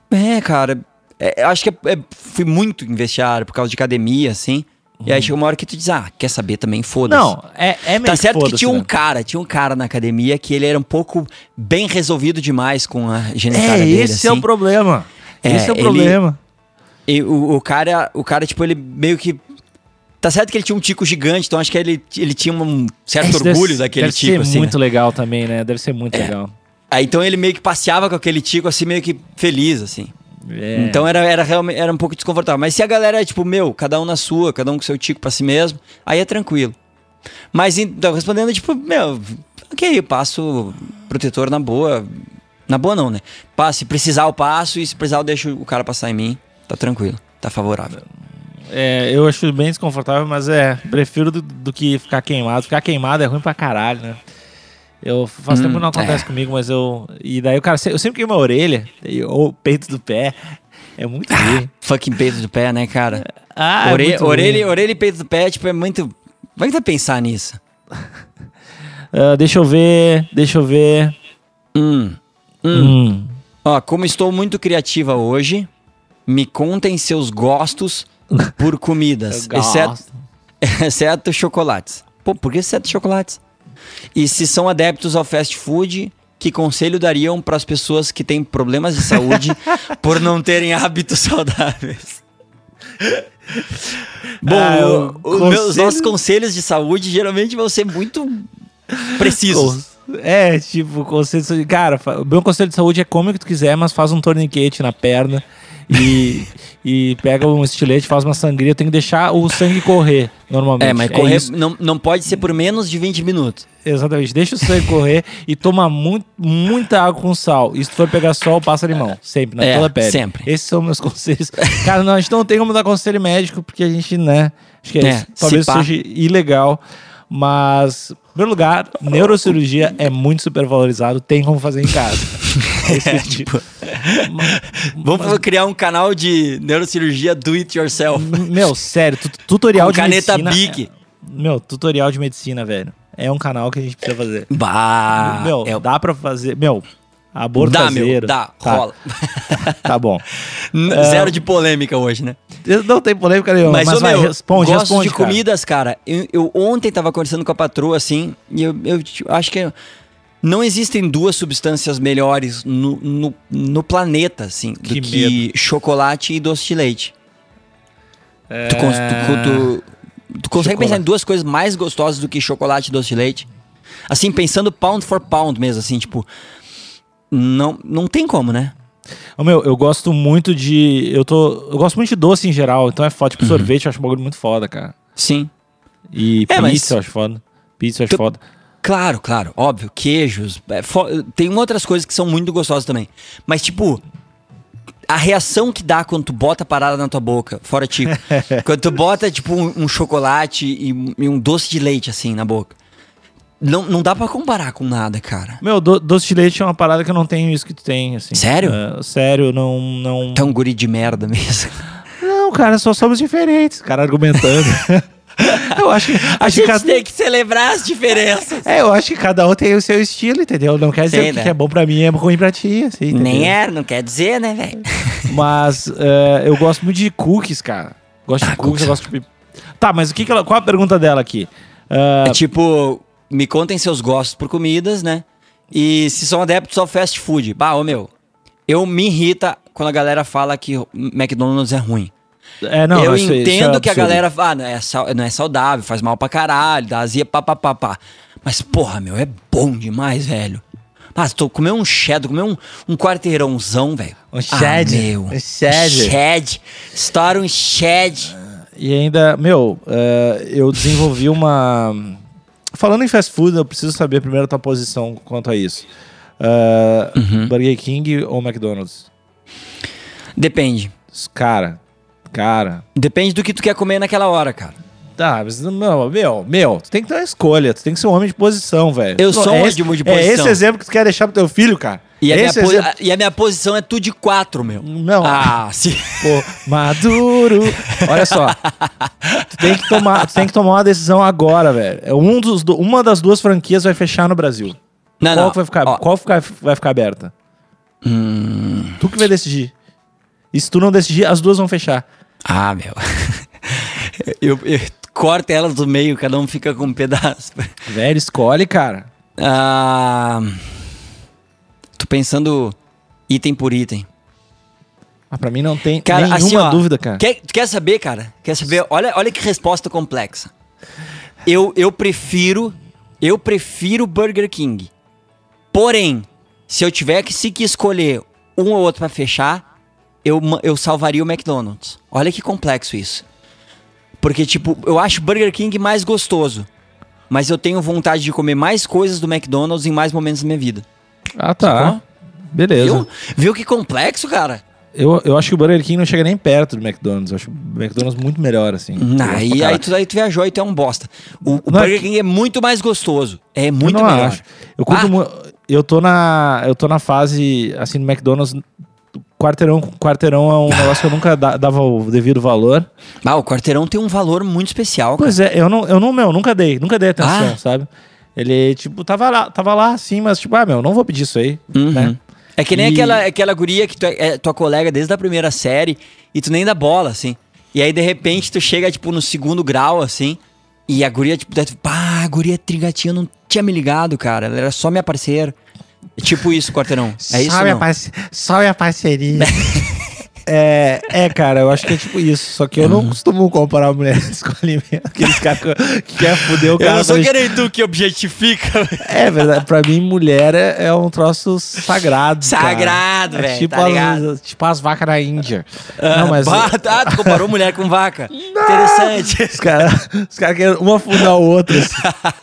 É, cara, é, eu acho que é, é, fui muito em vestiário por causa de academia, assim. Uhum. E aí chegou uma hora que tu diz, ah, quer saber também, foda-se. Não, é, é meio Tá certo que tinha um né? cara, tinha um cara na academia que ele era um pouco bem resolvido demais com a genitália é, dele, esse assim. é o problema. É, esse é o ele, problema. E o, o cara, o cara, tipo, ele meio que... Tá certo que ele tinha um tico gigante, então acho que ele, ele tinha um certo Esse orgulho deve, daquele deve tico, ser assim. muito né? legal também, né? Deve ser muito É. legal. Aí então ele meio que passeava com aquele tico, assim, meio que feliz, assim. É. Então era, era realmente era um pouco desconfortável. Mas se a galera é tipo, meu, cada um na sua, cada um com seu tico pra si mesmo, aí é tranquilo. Mas então, respondendo, tipo, meu, ok, eu passo protetor na boa. Na boa não, né? Passo, se precisar eu passo e se precisar eu deixo o cara passar em mim. Tá tranquilo, tá favorável. É, eu acho bem desconfortável, mas é, prefiro do, do que ficar queimado. Ficar queimado é ruim pra caralho, né? Eu faz hum, tempo que não acontece é. comigo, mas eu. E daí o cara, eu sempre queimo a orelha, ou o peito do pé. É muito ruim. Fucking peito do pé, né, cara? Ah, Ore, é muito orelha, ruim. orelha e peito do pé, tipo, é muito. Como é que vai pensar nisso? Uh, deixa eu ver, deixa eu ver. Hum. Hum. Hum. Ó, como estou muito criativa hoje, me contem seus gostos por comidas, Eu exceto, gosto. exceto chocolates. Pô, por que exceto chocolates? E se são adeptos ao fast food, que conselho dariam para as pessoas que têm problemas de saúde por não terem hábitos saudáveis? Bom, Ah, o- o o conselho- meus- os nossos conselhos de saúde geralmente vão ser muito precisos. É, tipo, conselho de saúde. Cara, fa- o meu conselho de saúde é come o que tu quiser, mas faz um torniquete na perna e, e pega um estilete, faz uma sangria. Tem que deixar o sangue correr, normalmente. É, mas correr isso. não, não pode ser por menos de vinte minutos. Exatamente. Deixa o sangue correr e toma muito, muita água com sal. E se tu for pegar sol, passa limão. Sempre, na É, toda a pele. sempre. Esses são meus conselhos. Cara, não, a gente não tem como dar conselho médico, porque a gente, né... Acho que é, É, isso. Talvez se pá. seja ilegal. Mas, em primeiro lugar, neurocirurgia é muito supervalorizado. Tem como fazer em casa. É isso que eu digo. Tipo, vamos criar um canal de neurocirurgia do it yourself. Meu, sério, tu- tutorial Com de caneta medicina... Bic. é- meu, tutorial de medicina, velho. É um canal que a gente precisa fazer. Bah, meu, é- dá pra fazer... Meu, aborto dá, caseiro. meu, dá, Tá, rola. Tá bom. N- Zero de polêmica hoje, né? Não tem polêmica nenhuma, Mas, mas, ô, vai, meu, responde, gosto responde, de cara. comidas, cara. Eu, eu ontem tava conversando com a patroa, assim, e eu, eu t- acho que não existem duas substâncias melhores no, no, no planeta, assim, do Que que chocolate e doce de leite. É... Tu, cons- tu- tu- tu consegue Chocolate. pensar em duas coisas mais gostosas do que chocolate e doce de leite? Assim, pensando pound for pound mesmo, assim, tipo... Não, não tem como, né? Ô, meu, eu gosto muito de... Eu tô... Eu gosto muito de doce em geral, então é foda. Tipo, Uhum. sorvete eu acho um bagulho muito foda, cara. Sim. E É, pizza mas- eu acho foda. Pizza eu acho Tu- foda. Claro, claro, óbvio, queijos. é, fo- tem outras coisas que são muito gostosas também. Mas, tipo, a reação que dá quando tu bota a parada na tua boca, fora tipo, quando tu bota, tipo, um, um chocolate e, um- e um doce de leite, assim, na boca. Não, não dá pra comparar com nada, cara. Meu, do- doce de leite é uma parada que eu não tenho isso que tu tem, assim. Sério? É, sério, não... não... Tá um guri de merda mesmo. Não, cara, só somos diferentes. Cara argumentando. eu acho que... A Acho que gente cada... tem que celebrar as diferenças. É, eu acho que cada um tem o seu estilo, entendeu? Não quer dizer Sim, que o né? que é bom pra mim é ruim pra ti, assim, entendeu? Nem é, não quer dizer, né, velho? Mas é, eu gosto muito de cookies, cara. Gosto de Ah, cookies, cookies. eu gosto de... Tá, mas o que que ela... qual a pergunta dela aqui? Ah, É tipo, me contem seus gostos por comidas, né? E se são adeptos ao fast food. Bah, ô meu, eu me irrita quando a galera fala que o McDonald's é ruim. é, não, eu isso- isso é entendo que a absurdo. galera fala, ah, não é, sal- não é saudável, faz mal pra caralho, dá azia, pá, pá, pá, pá. Mas, porra, meu, é bom demais, velho. Mas tô comendo um cheddar, comer um, um quarteirãozão, velho. Um cheddar, Ah, meu. um cheddar. Cheddar. Estoura um cheddar. E ainda, meu, é, eu desenvolvi uma... Falando em fast food, eu preciso saber primeiro a tua posição quanto a isso. Ah, Uhum. Burger King ou McDonald's? Depende. Cara, cara... Depende do que tu quer comer naquela hora, cara. Tá, mas meu, meu, meu, tu tem que ter uma escolha, tu tem que ser um homem de posição, velho. Eu Não, sou um é homem esse- de- de É posição. esse exemplo que tu quer deixar pro teu filho, cara. E a, minha, esse po- exemplo... e a minha posição é tudo de quatro, meu. Não, Ah, sim. pô, maduro. Olha só, tu tem que tomar, tu tem que tomar uma decisão agora, velho. É um dos, do- uma das duas franquias vai fechar no Brasil. Não, qual não. que vai ficar, Ó, qual ficar, vai ficar aberta? hum, Tu que vai decidir. E se tu não decidir, as duas vão fechar. Ah, meu. eu, eu corto elas do meio, cada um fica com um pedaço. Velho, escolhe, cara. Ah, tô pensando item por item. Ah, pra mim não tem Cara, nenhuma assim, ó, dúvida, cara. Quer, tu quer saber, cara? Quer saber? Olha, olha que resposta complexa. Eu, eu prefiro... Eu prefiro Burger King. Porém, se eu tiver que, se que escolher um ou outro pra fechar, eu, eu salvaria o McDonald's. Olha que complexo isso. Porque, tipo, eu acho o Burger King mais gostoso. Mas eu tenho vontade de comer mais coisas do McDonald's em mais momentos da minha vida. Ah, tá. Sacou? Beleza. Viu? Viu que complexo, cara? Eu, eu acho que o Burger King não chega nem perto do McDonald's. Eu acho o McDonald's muito melhor, assim. Aí, aí, tu, aí tu viajou e tu é um bosta. O, o Não, Burger é que- King é muito mais gostoso. É muito eu não melhor. acho. Eu, curto Ah. mu- eu, tô na, eu tô na fase, assim, do McDonald's. Quarteirão, quarteirão é um negócio que eu nunca da- dava o devido valor. Ah, o quarteirão tem um valor muito especial, cara. Pois é, eu não, eu não, meu, nunca dei, nunca dei atenção, Ah. sabe? Ele, tipo, tava lá, tava lá assim, mas tipo, ah, meu, não vou pedir isso aí, Uhum. né? É que nem E- aquela, aquela guria que tu é, é tua colega desde a primeira série e tu nem dá bola, assim. E aí, de repente, tu chega, tipo, no segundo grau, assim, e a guria, tipo, daí tu, pá, a guria trigatinha, eu não tinha me ligado, cara. Ela era só minha parceira. É tipo isso, quarteirão. É isso só, ou minha não? parce... só minha parceria. é, é, cara, eu acho que é tipo isso. Só que eu não costumo comparar mulheres com alimento. Aqueles caras que que quer foder o cara. Eu não sou pra que nem tu que objetifica. É verdade, pra mim mulher é, é um troço sagrado. cara. Sagrado, É velho, tipo, tá ligado? as, tipo as vacas na Índia. Ah, não, mas bah, tá, tu comparou mulher com vaca. Interessante. os caras os cara querem uma afundar o outro. Assim.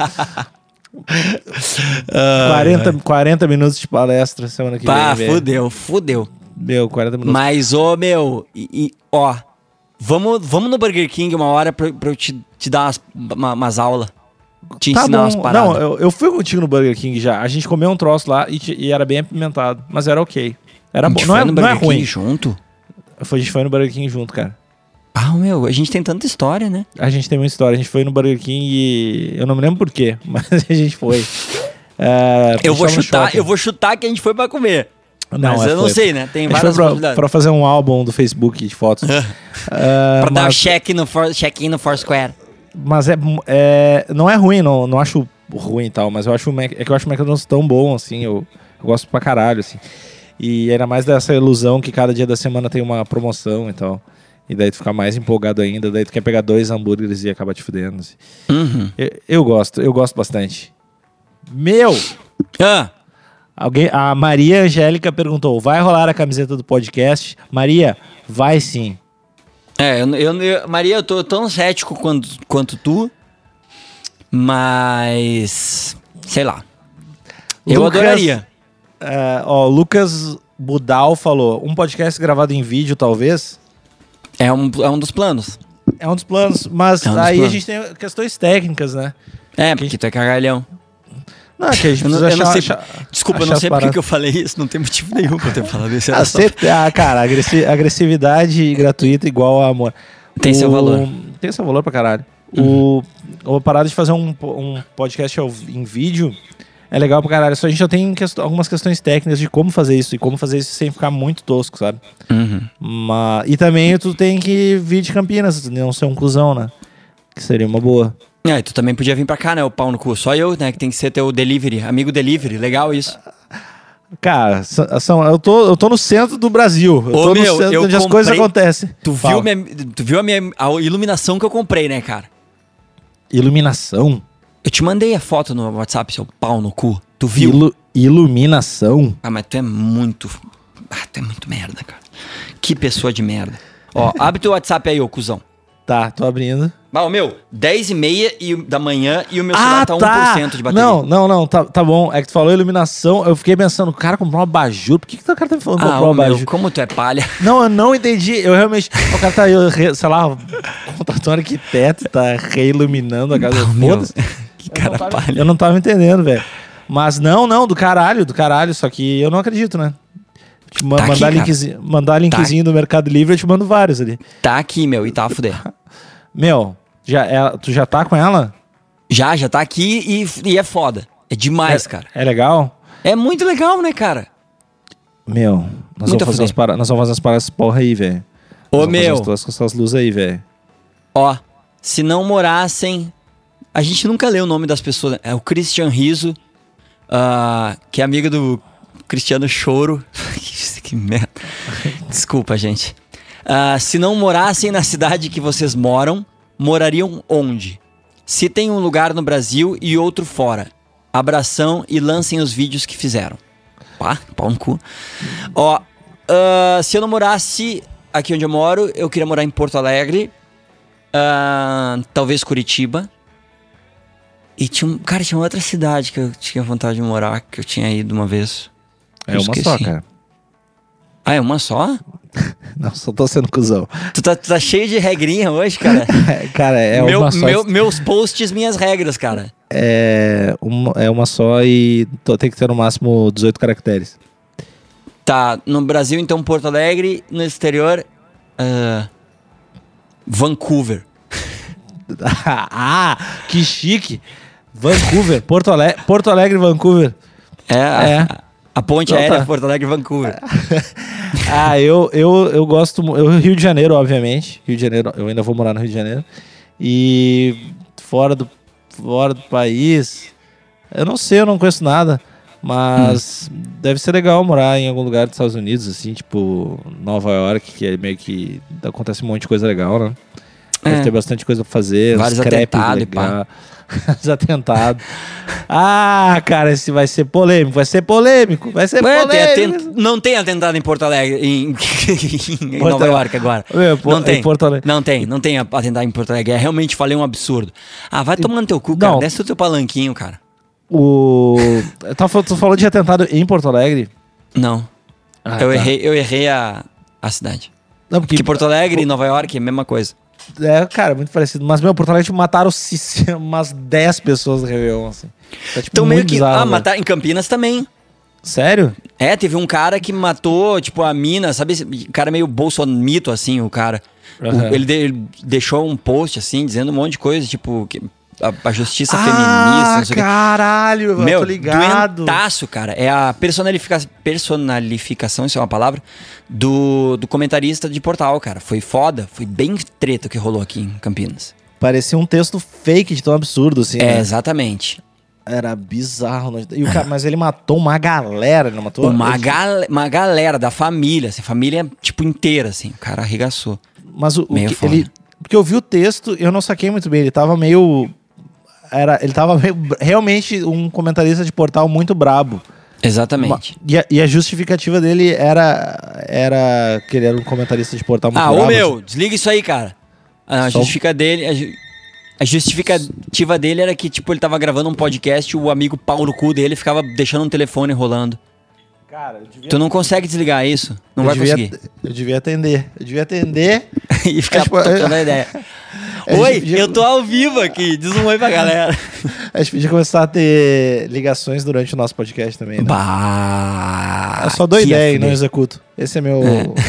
quarenta, quarenta minutos de palestra semana que Pá, vem. velho. fudeu, fudeu. Meu, quarenta minutos. Mas, ô, meu, e, e, ó, vamos, vamos no Burger King uma hora pra, pra eu te, te dar umas, uma- umas aulas. Te Tá ensinar bom. umas paradas. Não, eu, eu fui contigo no Burger King já. A gente comeu um troço lá e, ti- e era bem apimentado. Mas era ok. Era A bom. gente Não foi é, no não é Burger ruim. King junto? Foi- A gente foi no Burger King junto, cara. Ah, meu, a gente tem tanta história, né? A gente tem uma história. A gente foi no Burger King e eu não me lembro por quê, mas a gente foi. É, Eu vou fechamos no chutar, shopping. eu vou chutar que a gente foi pra comer. Não, Mas é, eu não foi. sei, né? Tem A gente foi várias pra, possibilidades. pra fazer um álbum do Facebook de fotos. É, Pra dar mas, check no for, check-in no Foursquare. mas é, é, não é ruim, não, não acho ruim e tal, mas eu acho o Mac, é que eu acho o McDonald's tão bom, assim, eu, eu gosto pra caralho, assim. E ainda mais dessa ilusão que cada dia da semana tem uma promoção e tal. E daí tu fica mais empolgado ainda, daí tu quer pegar dois hambúrgueres e acaba te fudendo. Assim. Uhum. Eu, eu gosto, eu gosto bastante. Meu! Ah, Alguém, a Maria Angélica perguntou: vai rolar a camiseta do podcast? Maria, vai sim. é, eu, eu, eu- Maria, eu tô tão cético quanto, quanto tu, mas... sei lá. Eu Lucas- adoraria. É, ó, Lucas Budal falou: um podcast gravado em vídeo, talvez. É um, é um dos planos. É um dos planos, mas É um dos aí planos. a gente tem questões técnicas, né? É, porque tu é cagalhão. Não, que a gente Eu não, precisa eu não achar, sei. achar- Desculpa, eu achar não as sei porque paradas. que eu falei isso. Não tem motivo nenhum pra eu ter falado isso. Era Ah, só- sempre- ah, cara, agressi- agressividade gratuita igual a amor. Tem seu valor. Tem seu valor pra caralho. O, a parada de fazer um, po- um podcast ao- em vídeo é legal pra caralho. Só a gente já tem quest- algumas questões técnicas de como fazer isso e como fazer isso sem ficar muito tosco, sabe? Uhum. Mas, e também tu tem que vir de Campinas, não ser um cuzão, né? Que seria uma boa. É, tu também podia vir pra cá, né? O pau no cu. Só eu, né? Que tem que ser teu delivery. Amigo delivery. Legal isso. Cara, Sa- São, eu, tô, eu tô no centro do Brasil. Eu Ô, tô meu, no centro eu onde as comprei- coisas acontecem. Tu Fala. viu, minha, tu viu a minha a iluminação que eu comprei, né, cara? Iluminação? Eu te mandei a foto no WhatsApp, seu pau no cu. Tu viu? Ilu- iluminação? Ah, mas tu é muito... Ah, tu é muito merda, cara. Que pessoa de merda. Ó, abre teu WhatsApp aí, ô cuzão. Tá, tô abrindo. Ah, o meu, dez e meia e o- da manhã e o meu celular tá um por cento de bateria. Não, não, não, tá, tá bom. É que tu falou iluminação, eu fiquei pensando, o cara comprou um abajur. Por que, que o cara tá me falando Ah, comprar um ô, meu, abajur? como tu é palha. Não, eu não entendi. Eu realmente. O cara tá, eu, re- sei lá, contratou um arquiteto, tá reiluminando a casa. Ah, meu, Foda-se. que cara eu não tava, palha. Eu não tava entendendo, velho. Mas não, não, do caralho, do caralho. Só que eu não acredito, né? Te ma- Tá aqui, mandar, cara. linkzinho, mandar linkzinho do Mercado Livre, eu te mando vários ali. Tá aqui, meu, e tá a fuder. Meu, já, é, tu já tá com ela? Já, já tá aqui e, e é foda. É demais, é, cara. É legal? É muito legal, né, cara? Meu, Nós Muito vamos, fazer a umas para... Nós vamos fazer umas paradas porra aí, velho. Ô, Nós meu. vamos fazer com essas luzes aí, velho. Ó, se não morassem... A gente nunca lê o nome das pessoas. Né? É o Christian Rizzo, uh, que é amigo do Cristiano Choro. Que merda. Desculpa, gente. Uh, se não morassem na cidade que vocês moram, morariam onde? Citem um lugar no Brasil e outro fora. Abração e lancem os vídeos que fizeram. Pá, pau no cu. Ó, uh, se eu não morasse aqui onde eu moro, eu queria morar em Porto Alegre. Uh, talvez Curitiba. E tinha um... Cara, tinha outra cidade que eu tinha vontade de morar, que eu tinha ido uma vez. É Eu uma esqueci. só, cara. Ah, é uma só? Não, só tô sendo cuzão. Tu tá, tu tá cheio de regrinha hoje, cara. Cara, é meu, uma só. meu, meus posts, minhas regras, cara. É uma, é uma só e tô- tem que ter no máximo dezoito caracteres. Tá, no Brasil, então, Porto Alegre. No exterior, ah, Vancouver. Ah, que chique. Vancouver, Porto Alegre, Porto Alegre, Vancouver. É, a, É. a, a ponte Então aérea tá. Porto Alegre Vancouver. Ah, eu, eu, eu gosto. mu- Eu, Rio de Janeiro, obviamente. Rio de Janeiro, eu ainda vou morar no Rio de Janeiro. E fora do, fora do país, eu não sei, eu não conheço nada. Mas deve ser legal morar em algum lugar dos Estados Unidos, assim, tipo Nova York, que é meio que acontece um monte de coisa legal, né? Deve É. ter bastante coisa pra fazer. uns Vários crepe atentados e legal. Os atentados. Ah, cara, esse vai ser polêmico. Vai ser polêmico. Vai ser Ué, tem polêmico. atent- Não tem atentado em Porto Alegre, em, em Porto Nova Alegre. York agora. Ué, Por- não tem. em Porto Alegre. Não tem, não tem atentado em Porto Alegre. É realmente falei um absurdo. Ah, vai tomando teu cu, cara. Não. Desce o teu palanquinho, cara. O... Tá, fal- tu falou de atentado em Porto Alegre? Não. Ah, eu, tá. errei, eu errei a, a cidade. Não, porque... Porque Porto Alegre e Nova York é a mesma coisa. É, cara, muito parecido. Mas, meu, Porto Alegre tipo, mataram se- umas dez pessoas no Réveillon, assim. Tá, tipo, Então meio muito que... bizarro, Ah, velho. matar em Campinas também. Sério? É, teve um cara que matou, tipo, a mina, sabe? Esse cara meio bolsomito, assim, o cara. O- Aham. ele, de- ele deixou um post, assim, dizendo um monte de coisa, tipo, que a, a justiça Ah, feminista, não sei o quê. caralho, eu Meu, tô ligado. doentaço, cara. É a personalifica... personalificação, isso é uma palavra, do, do comentarista de portal, cara. Foi foda, foi bem treta que rolou aqui em Campinas. Parecia um texto fake de tão absurdo, assim, É, né? exatamente. Era bizarro. não- E o cara, mas ele matou uma galera, ele não matou? Uma, Ele- gal... uma galera da família, assim, família, tipo, inteira, assim. O cara arregaçou. Mas o, o Meio que foda. ele... Porque eu vi o texto e eu não saquei muito bem. Ele tava meio... Era, ele tava meio, realmente um comentarista de portal muito brabo. Exatamente. Ma- E a, e a justificativa dele era, era que ele era um comentarista de portal muito Ah, brabo. ô meu, desliga isso aí, cara. A Só- justifica dele, a, ju- a justificativa dele era que, tipo, ele tava gravando um podcast e o amigo pau no cu dele ficava deixando um telefone rolando. Cara, eu devia, Tu não consegue desligar isso. Não eu vai devia, conseguir. Eu devia atender. Eu devia atender. E ficar É, tipo, tocando a ideia. a Oi, gente podia- eu tô ao vivo aqui. Diz um oi pra galera. A gente podia começar a ter ligações durante o nosso podcast também, né? Bah. Eu só dou que ideia e afuder. não executo. Esse é meu...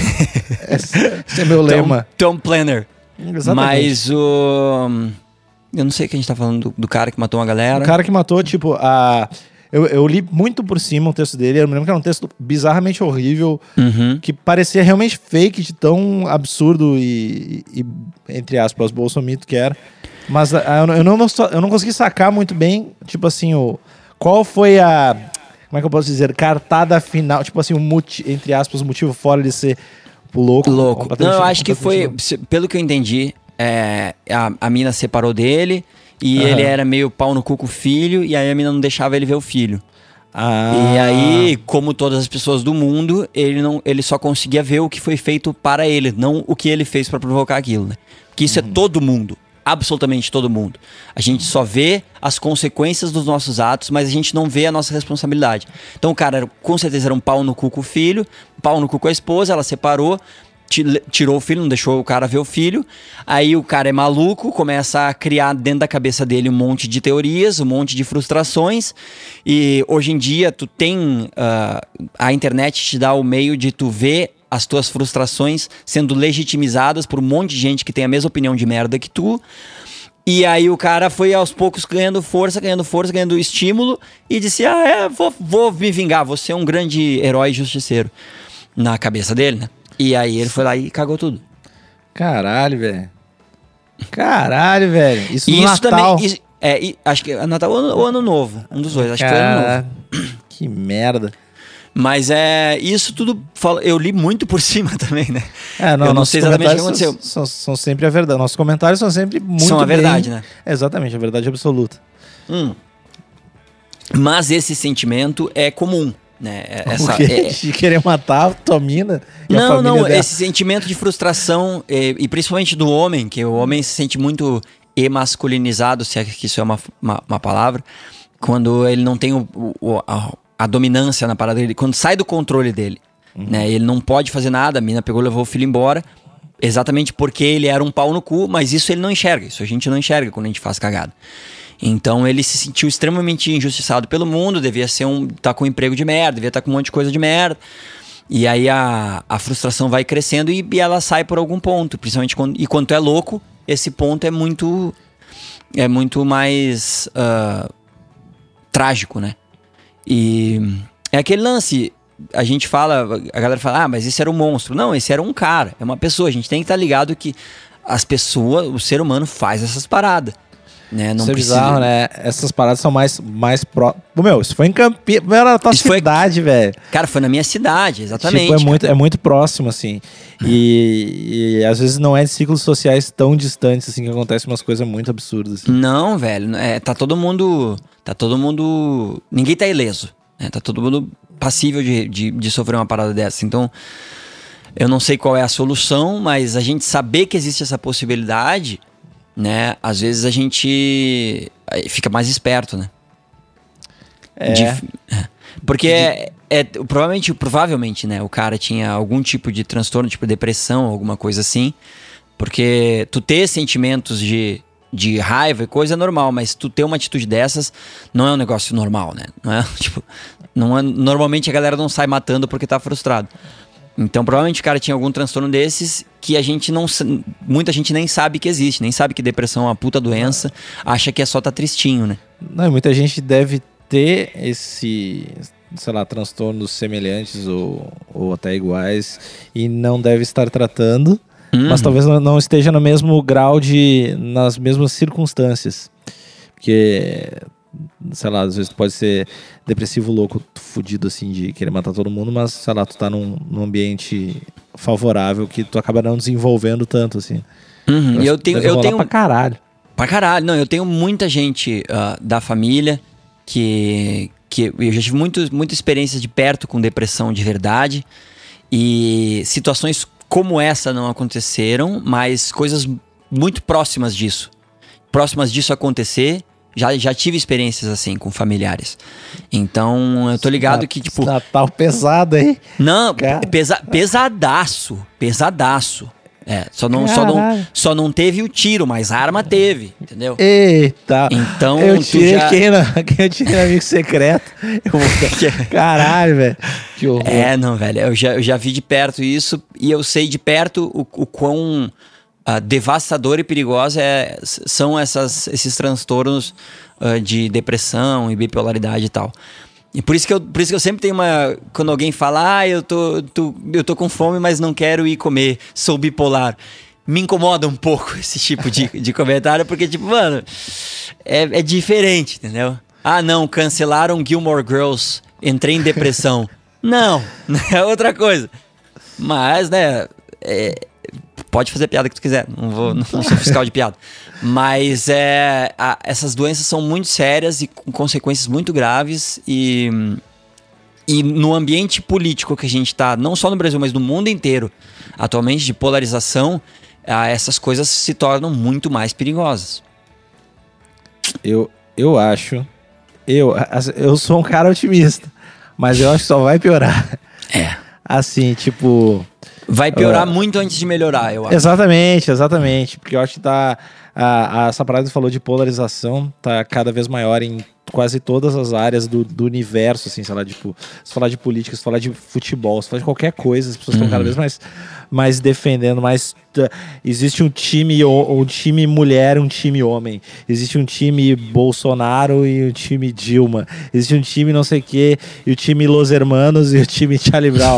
Esse, esse é meu Tu é um- lema. Tu é um planner. Exatamente. Mas o... Eu não sei o que a gente tá falando do, do cara que matou uma galera. O cara que matou, tipo, a... Eu, eu li muito por cima o texto dele. Eu me lembro que era um texto bizarramente horrível, Uhum. que parecia realmente fake, de tão absurdo e, e entre aspas, bolsomito que era. Mas ah, eu, não- eu, não, eu não consegui sacar muito bem, tipo assim, o, qual foi a... Como é que eu posso dizer? Cartada final. Tipo assim, o moti, entre aspas, o motivo fora de ser louco. Louco. Não, completamente- eu acho que foi, completamente se- pelo que eu entendi, é, a, a mina separou dele e Aham. ele era meio pau no cu com o filho, e aí a mina não deixava ele ver o filho. Ah. E aí, como todas as pessoas do mundo, ele, não, ele só conseguia ver o que foi feito para ele, não o que ele fez para provocar aquilo, né? Porque isso é todo mundo. Absolutamente todo mundo. A gente só vê as consequências dos nossos atos, mas a gente não vê a nossa responsabilidade. Então o cara, era- com certeza, era um pau no cu com o filho, pau no cu com a esposa, ela separou, ti- tirou o filho, não deixou o cara ver o filho. Aí o cara é maluco, começa a criar dentro da cabeça dele um monte de teorias, um monte de frustrações. E hoje em dia tu tem... ah, a internet te dá o meio de tu ver as tuas frustrações sendo legitimizadas por um monte de gente que tem a mesma opinião de merda que tu. E aí o cara foi aos poucos ganhando força, ganhando força, ganhando estímulo e disse, ah, é, vou, vou me vingar, vou ser um grande herói justiceiro. na cabeça dele, né? E aí ele foi lá e cagou tudo. Caralho, velho. Caralho, velho. Isso no Isso Natal. também... Isso, é, e- acho que é Natal ou ano, ou ano Novo. Um dos dois, acho que foi ano novo. Caralho, que merda. Mas é... Isso tudo... fala- Eu li muito por cima também, né? É, não, Eu não nossos sei exatamente o que comentários aconteceu. São, são, são sempre a verdade. Nossos comentários são sempre muito São a bem- verdade, né? Exatamente, a verdade absoluta. Hum. Mas esse sentimento é comum, né? É- Essa, o quê? é- De querer matar a tua mina e a Não, família não, dela. esse sentimento de frustração, eh, e principalmente do homem, que o homem se sente muito emasculinizado, se é que isso é uma, uma, uma palavra, quando ele não tem o, o- a, a dominância na parada dele, quando sai do controle dele, né? Ele não pode fazer nada, a mina pegou e levou o filho embora, exatamente porque ele era um pau no cu, mas isso ele não enxerga, isso a gente não enxerga quando a gente faz cagada. Então ele se sentiu extremamente injustiçado pelo mundo, devia ser um, tá com um emprego de merda, devia estar com um monte de coisa de merda. E aí a, a frustração vai crescendo e, e ela sai por algum ponto, principalmente quando, e quando tu é louco, esse ponto é muito é muito mais ah, trágico, né? E é aquele lance, a gente fala, a galera fala, ah, mas esse era um monstro. Não, esse era um cara, é uma pessoa. A gente tem que estar ligado que as pessoas, o ser humano faz essas paradas, né? Não Isso é precisa... bizarro, né? Essas paradas são mais, mais pró... Meu, isso foi em Campinas. Era na tua Isso foi- cidade, velho. Cara, foi na minha cidade, exatamente. Tipo, é cara. muito, é muito próximo, assim. E, e às vezes não é de ciclos sociais tão distantes, assim, que acontecem umas coisas muito absurdas. Assim. Não, velho, é, tá todo mundo, tá todo mundo, ninguém tá ileso, né? Tá todo mundo passível de, de, de sofrer uma parada dessa. Então, eu não sei qual é a solução, mas a gente saber que existe essa possibilidade, né? Às vezes a gente aí fica mais esperto, né? É. De- porque é, é- provavelmente, provavelmente, né? O cara tinha algum tipo de transtorno, tipo depressão, alguma coisa assim. Porque tu ter sentimentos de, de raiva e coisa é normal, mas tu ter uma atitude dessas não é um negócio normal, né? Não é, tipo, não é, normalmente a galera não sai matando porque tá frustrado. Então, provavelmente o cara tinha algum transtorno desses que a gente não... sa- muita gente nem sabe que existe, nem sabe que depressão é uma puta doença, acha que é só tá tristinho, né? Não, e muita gente deve ter esse, sei lá, transtornos semelhantes ou, ou até iguais e não deve estar tratando, Uhum. mas talvez não, não esteja no mesmo grau de... nas mesmas circunstâncias. Porque, sei lá, às vezes tu pode ser depressivo, louco, fudido assim, de querer matar todo mundo, mas, sei lá, tu tá num, num ambiente favorável que tu acaba não desenvolvendo tanto, assim. Uhum. E eu tenho... Deve Eu rolar tenho pra caralho. Pra caralho. Não, eu tenho muita gente ah, da família que, que... Eu já tive muito, muita experiência de perto com depressão de verdade. E situações como essa não aconteceram, mas coisas muito próximas disso. Próximas disso acontecer. Já, já tive experiências assim com familiares. Então, eu tô ligado que, tipo... Natal pesado, hein? Não, Cara. pesa, pesadaço. Pesadaço. É, só não, só, não, Caralho. só não teve o tiro, mas a arma teve, entendeu? Eita! Então, eu tu tirei já- quem, na, quem eu tirei amigo secreto. Eu vou... Caralho, velho. Que horror. É, não, velho. Eu já, eu já vi de perto isso e eu sei de perto o, o quão ah, devastador e perigoso é, s- são essas, esses transtornos ah, de depressão e bipolaridade e tal. E por isso que eu, por isso que eu sempre tenho uma... Quando alguém fala, ah, eu tô, tô- eu tô com fome, mas não quero ir comer, sou bipolar. Me incomoda um pouco esse tipo de, de comentário, porque, tipo, mano, é, é diferente, entendeu? Ah, não, cancelaram Gilmore Girls, entrei em depressão. Não, é outra coisa. Mas, né, é, pode fazer piada que tu quiser, não, vou, não sou fiscal de piada. Mas é, a- essas doenças são muito sérias e com consequências muito graves e, e no ambiente político que a gente tá, não só no Brasil, mas no mundo inteiro, atualmente de polarização, ah, essas coisas se tornam muito mais perigosas. Eu, eu acho... Eu, assim, eu sou um cara otimista, mas eu acho que só vai piorar. É. Assim, tipo... Vai piorar Ah. muito antes de melhorar, eu acho. Exatamente, exatamente. Porque eu acho que tá. A, a, essa parada que você falou de polarização tá cada vez maior em quase todas as áreas do, do universo, assim, sei lá, tipo, se falar de política, se falar de futebol, se falar de qualquer coisa, as pessoas estão Uhum. cada vez mais, mais defendendo, mais. uh, existe um time, o- um time mulher, um time homem. Existe um time Bolsonaro e um time Dilma. Existe um time não sei o quê, e o time Los Hermanos e o time Charlie Brown.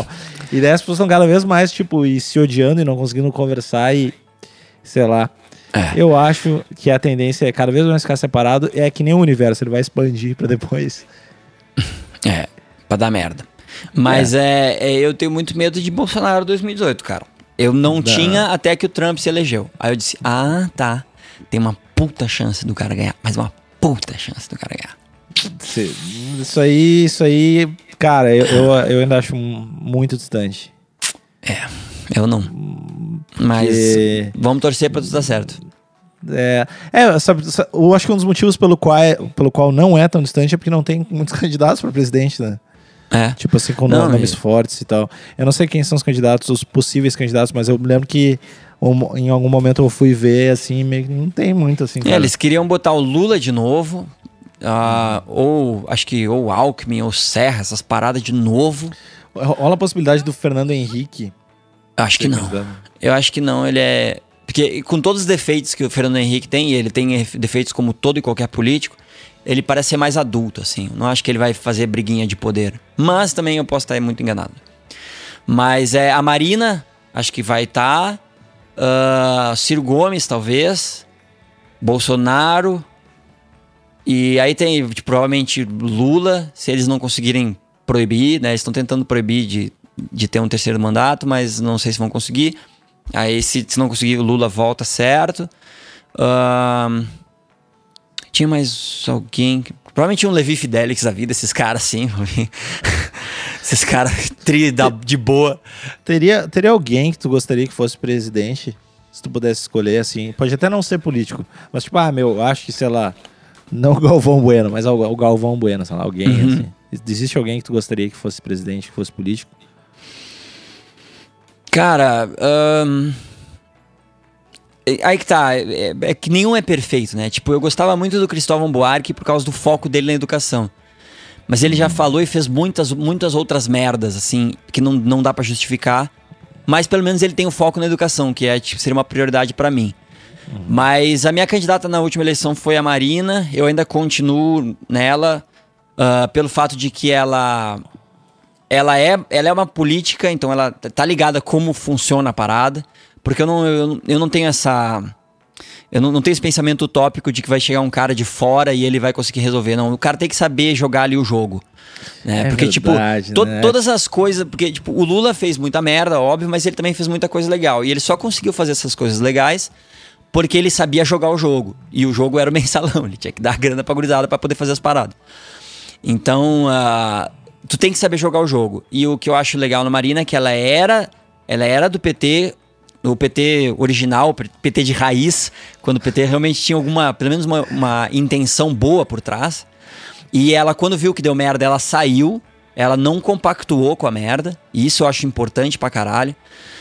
E daí as pessoas estão cada vez mais, tipo, e se odiando e não conseguindo conversar e, sei lá. É. Eu acho que a tendência é cada vez mais ficar separado. É que nem o universo, ele vai expandir pra depois. É, pra dar merda. Mas é. É, é, eu tenho muito medo de Bolsonaro dois mil e dezoito, cara. Eu não, não tinha até que o Trump se elegeu. Aí eu disse, ah, tá. Tem uma puta chance do cara ganhar. Mas uma puta chance do cara ganhar. Isso aí, isso aí, cara, eu, eu, eu ainda acho muito distante. É, eu não. Mas Porque... vamos torcer pra tudo dar certo. É, é sabe, eu acho que um dos motivos pelo qual, é, pelo qual não é tão distante é porque não tem muitos candidatos pra presidente, né? É. Tipo assim, com não, nomes é. fortes e tal. Eu não sei quem são os candidatos, os possíveis candidatos, mas eu me lembro que um, em algum momento eu fui ver, assim, meio que não tem muito, assim. É, eles queriam botar o Lula de novo, uh, ou acho que ou Alckmin ou Serra, essas paradas de novo. Rola a possibilidade do Fernando Henrique? Acho que não. Candidato. Eu acho que não, ele é... Porque com todos os defeitos que o Fernando Henrique tem, e ele tem defeitos como todo e qualquer político, ele parece ser mais adulto, assim. Não acho que ele vai fazer briguinha de poder. Mas também eu posso estar muito enganado. Mas é a Marina, acho que vai estar. Uh, Ciro Gomes, talvez. Bolsonaro. E aí tem, tipo, provavelmente, Lula, se eles não conseguirem proibir, né? Eles estão tentando proibir de, de ter um terceiro mandato, mas não sei se vão conseguir. Aí, se, se não conseguir, o Lula volta, certo. Uh, tinha mais alguém... Que, provavelmente um Levi Fidelix da vida, esses caras, assim. Esses caras tri da, de boa. Teria, teria alguém que tu gostaria que fosse presidente? Se tu pudesse escolher, assim... Pode até não ser político. Mas, tipo, ah, meu, acho que, sei lá... Não o Galvão Bueno, mas o Galvão Bueno, sei lá, alguém, uhum. assim. Existe alguém que tu gostaria que fosse presidente, que fosse político? Cara, um... aí que tá, é, é que nenhum é perfeito, né? Tipo, eu gostava muito do Cristóvão Buarque por causa do foco dele na educação. Mas ele já falou e fez muitas, muitas outras merdas, assim, que não, não dá pra justificar. Mas pelo menos ele tem o foco na educação, que é, tipo, seria uma prioridade pra mim. Uhum. Mas a minha candidata na última eleição foi a Marina. Eu ainda continuo nela, uh, pelo fato de que ela... Ela é, ela é uma política, então ela tá ligada a como funciona a parada. Porque eu não, eu, eu não tenho essa... Eu não, não tenho esse pensamento utópico de que vai chegar um cara de fora e ele vai conseguir resolver. Não, o cara tem que saber jogar ali o jogo. Né? É porque, verdade, tipo, to, né? todas as coisas... Porque, tipo, o Lula fez muita merda, óbvio, mas ele também fez muita coisa legal. E ele só conseguiu fazer essas coisas legais porque ele sabia jogar o jogo. E o jogo era o mensalão. Ele tinha que dar grana pra gurizada pra poder fazer as paradas. Então... Uh, tu tem que saber jogar o jogo. E o que eu acho legal na Marina é que ela era, ela era do P T, o P T original, P T de raiz, quando o P T realmente tinha alguma, pelo menos uma, uma intenção boa por trás. E ela, quando viu que deu merda, ela saiu, ela não compactuou com a merda. E isso eu acho importante pra caralho.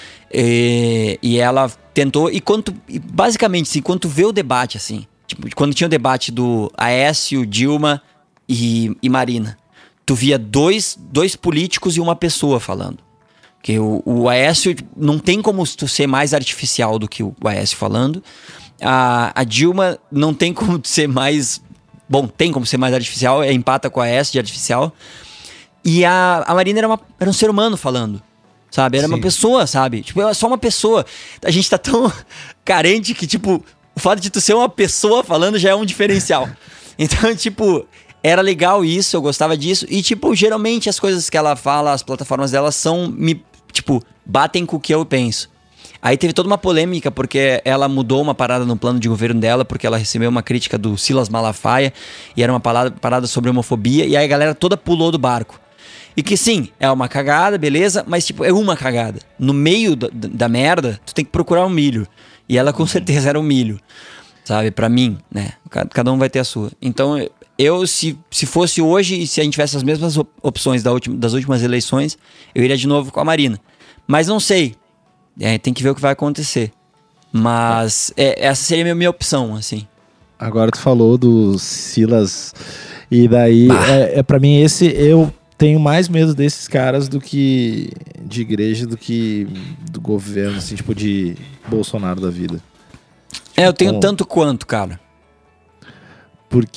E, e ela tentou, e quando, e basicamente, assim, quando tu vê o debate, assim, tipo, quando tinha o debate do Aécio, Dilma e, e Marina, tu via dois, dois políticos e uma pessoa falando. Porque o, o Aécio não tem como tu ser mais artificial do que o Aécio falando. A, a Dilma não tem como ser mais... Bom, tem como ser mais artificial, é empata com a Aécio de artificial. E a, a Marina era, uma, era um ser humano falando, sabe? Era Sim. uma pessoa, sabe? Tipo, era só uma pessoa. A gente tá tão carente que, tipo, o fato de tu ser uma pessoa falando já é um diferencial. Então, tipo... Era legal isso, eu gostava disso. E, tipo, geralmente as coisas que ela fala, as plataformas dela são, me, tipo, batem com o que eu penso. Aí teve toda uma polêmica, porque ela mudou uma parada no plano de governo dela, porque ela recebeu uma crítica do Silas Malafaia, e era uma parada, parada sobre homofobia, e aí a galera toda pulou do barco. E que sim, é uma cagada, beleza, mas, tipo, é uma cagada. No meio da, da merda, tu tem que procurar um milho. E ela, com certeza, era um milho. Sabe? Pra mim, né? Cada um vai ter a sua. Então... Eu, se, se fosse hoje e se a gente tivesse as mesmas opções da última, das últimas eleições, eu iria de novo com a Marina. Mas não sei. É, tem que ver o que vai acontecer. Mas é, essa seria a minha, minha opção, assim. Agora tu falou do Silas. E daí, é, é, pra mim, esse... Eu tenho mais medo desses caras do que de igreja, do que do governo, assim, tipo de Bolsonaro da vida. Tipo, é, eu tenho com... tanto quanto, cara.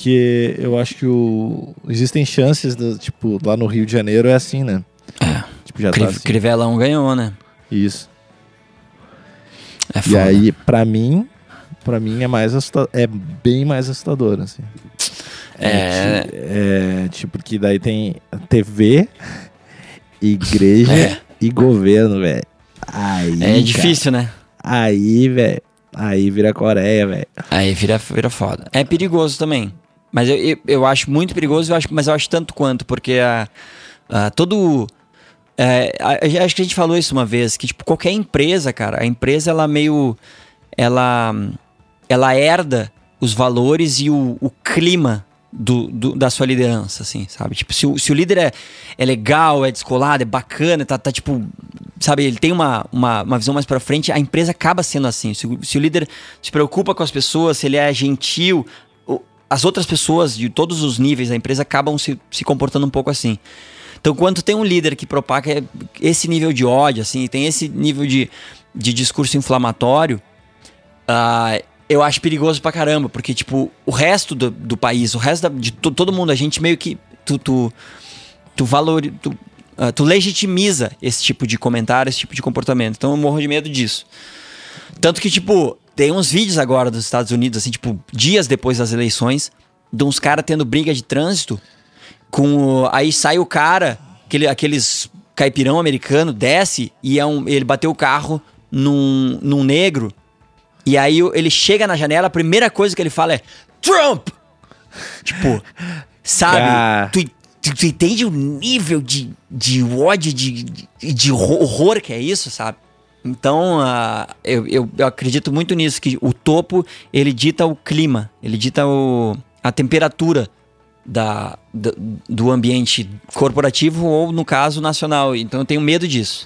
Porque eu acho que o... existem chances, do, tipo, lá no Rio de Janeiro é assim, né? É. Tipo, já Cri- tá assim. Crivelão ganhou, né? Isso. É E foda. aí, pra mim, pra mim é mais assusta- é bem mais assustador, assim. É. ti- é tipo, porque daí tem T V, igreja É. e governo, velho. Aí, É difícil, né? cara, aí, velho, aí vira Coreia, velho. Aí vira, vira foda. É perigoso também. Mas eu, eu, eu acho muito perigoso, eu acho, mas eu acho tanto quanto, porque a, a, todo. É, a- a- acho que a gente falou isso uma vez, que tipo, qualquer empresa, cara, a empresa ela meio. Ela, ela herda os valores e o, o clima do, do- da sua liderança, assim, sabe? Tipo, se o, se o líder é, é legal, é descolado, é bacana, tá, tá tipo. Sabe, ele tem uma, uma, uma visão mais pra frente, a empresa acaba sendo assim. Se, o- se o líder se preocupa com as pessoas, se ele é gentil, o- as outras pessoas de todos os níveis da empresa acabam se, se comportando um pouco assim. Então, quando tem um líder que propaga esse nível de ódio, assim, tem esse nível de, de discurso inflamatório, ah, eu acho perigoso pra caramba, porque, tipo, o resto do, do país, o resto da- de to- todo mundo, a gente meio que. Tu, tu, tu valor. Tu, ah, tu legitimiza esse tipo de comentário, esse tipo de comportamento. Então eu morro de medo disso. Tanto que, tipo, tem uns vídeos agora dos Estados Unidos, assim, tipo, dias depois das eleições, de uns caras tendo briga de trânsito. Com o- aí sai o cara, aquele, aqueles caipirão americano, desce e é um, ele bateu o carro num, num negro. E aí o- ele chega na janela, a primeira coisa que ele fala é Trump! Tipo, sabe? Cara. Tu, tu, tu entende o nível de, de ódio, de, de, de horror que é isso, sabe? Então, ah, eu, eu, eu acredito muito nisso, que o topo, ele dita o clima, ele dita o, a temperatura da, do, do ambiente corporativo ou, no caso, nacional. Então eu tenho medo disso.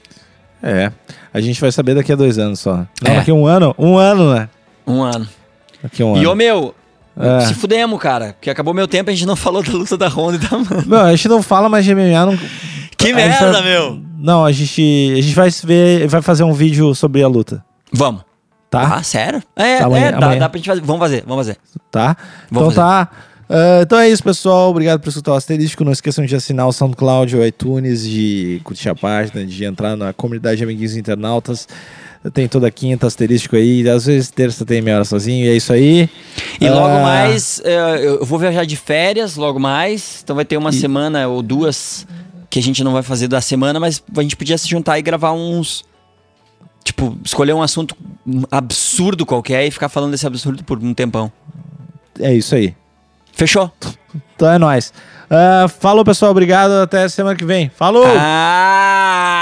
É, a gente vai saber daqui a dois anos só. Não, É. daqui a um ano? Um ano, né? Um ano. Daqui a um E, ano. ô meu, É. se fudemos, cara. Porque acabou meu tempo, a gente não falou da luta da Honda e da Amanda. Não, a gente não fala mais de M M A. Não... Que a gente merda, vai- meu! Não, a gente, a gente vai se ver, vai fazer um vídeo sobre a luta, Vamos. tá? Ah, sério? É, Amanhã- é dá, amanhã. dá pra gente fazer. Vamos fazer, vamos fazer. Tá? Vamos então tá. Ah, então é isso, pessoal. Obrigado por escutar o Asterístico. Não esqueçam de assinar o SoundCloud, o iTunes, de curtir a página, de entrar na comunidade de amiguinhos internautas. Tem toda quinta Asterístico aí. Às vezes terça tem meia hora sozinho. E é isso aí. E logo Ah, mais, eh, eu vou viajar de férias, logo mais. Então vai ter uma E- semana ou duas que a gente não vai fazer da semana, mas a gente podia se juntar e gravar uns. Tipo, escolher um assunto absurdo qualquer e ficar falando desse absurdo por um tempão. É isso aí. Fechou? Então é nóis. Ah, falou, pessoal. Obrigado. Até semana que vem. Falou! Ah!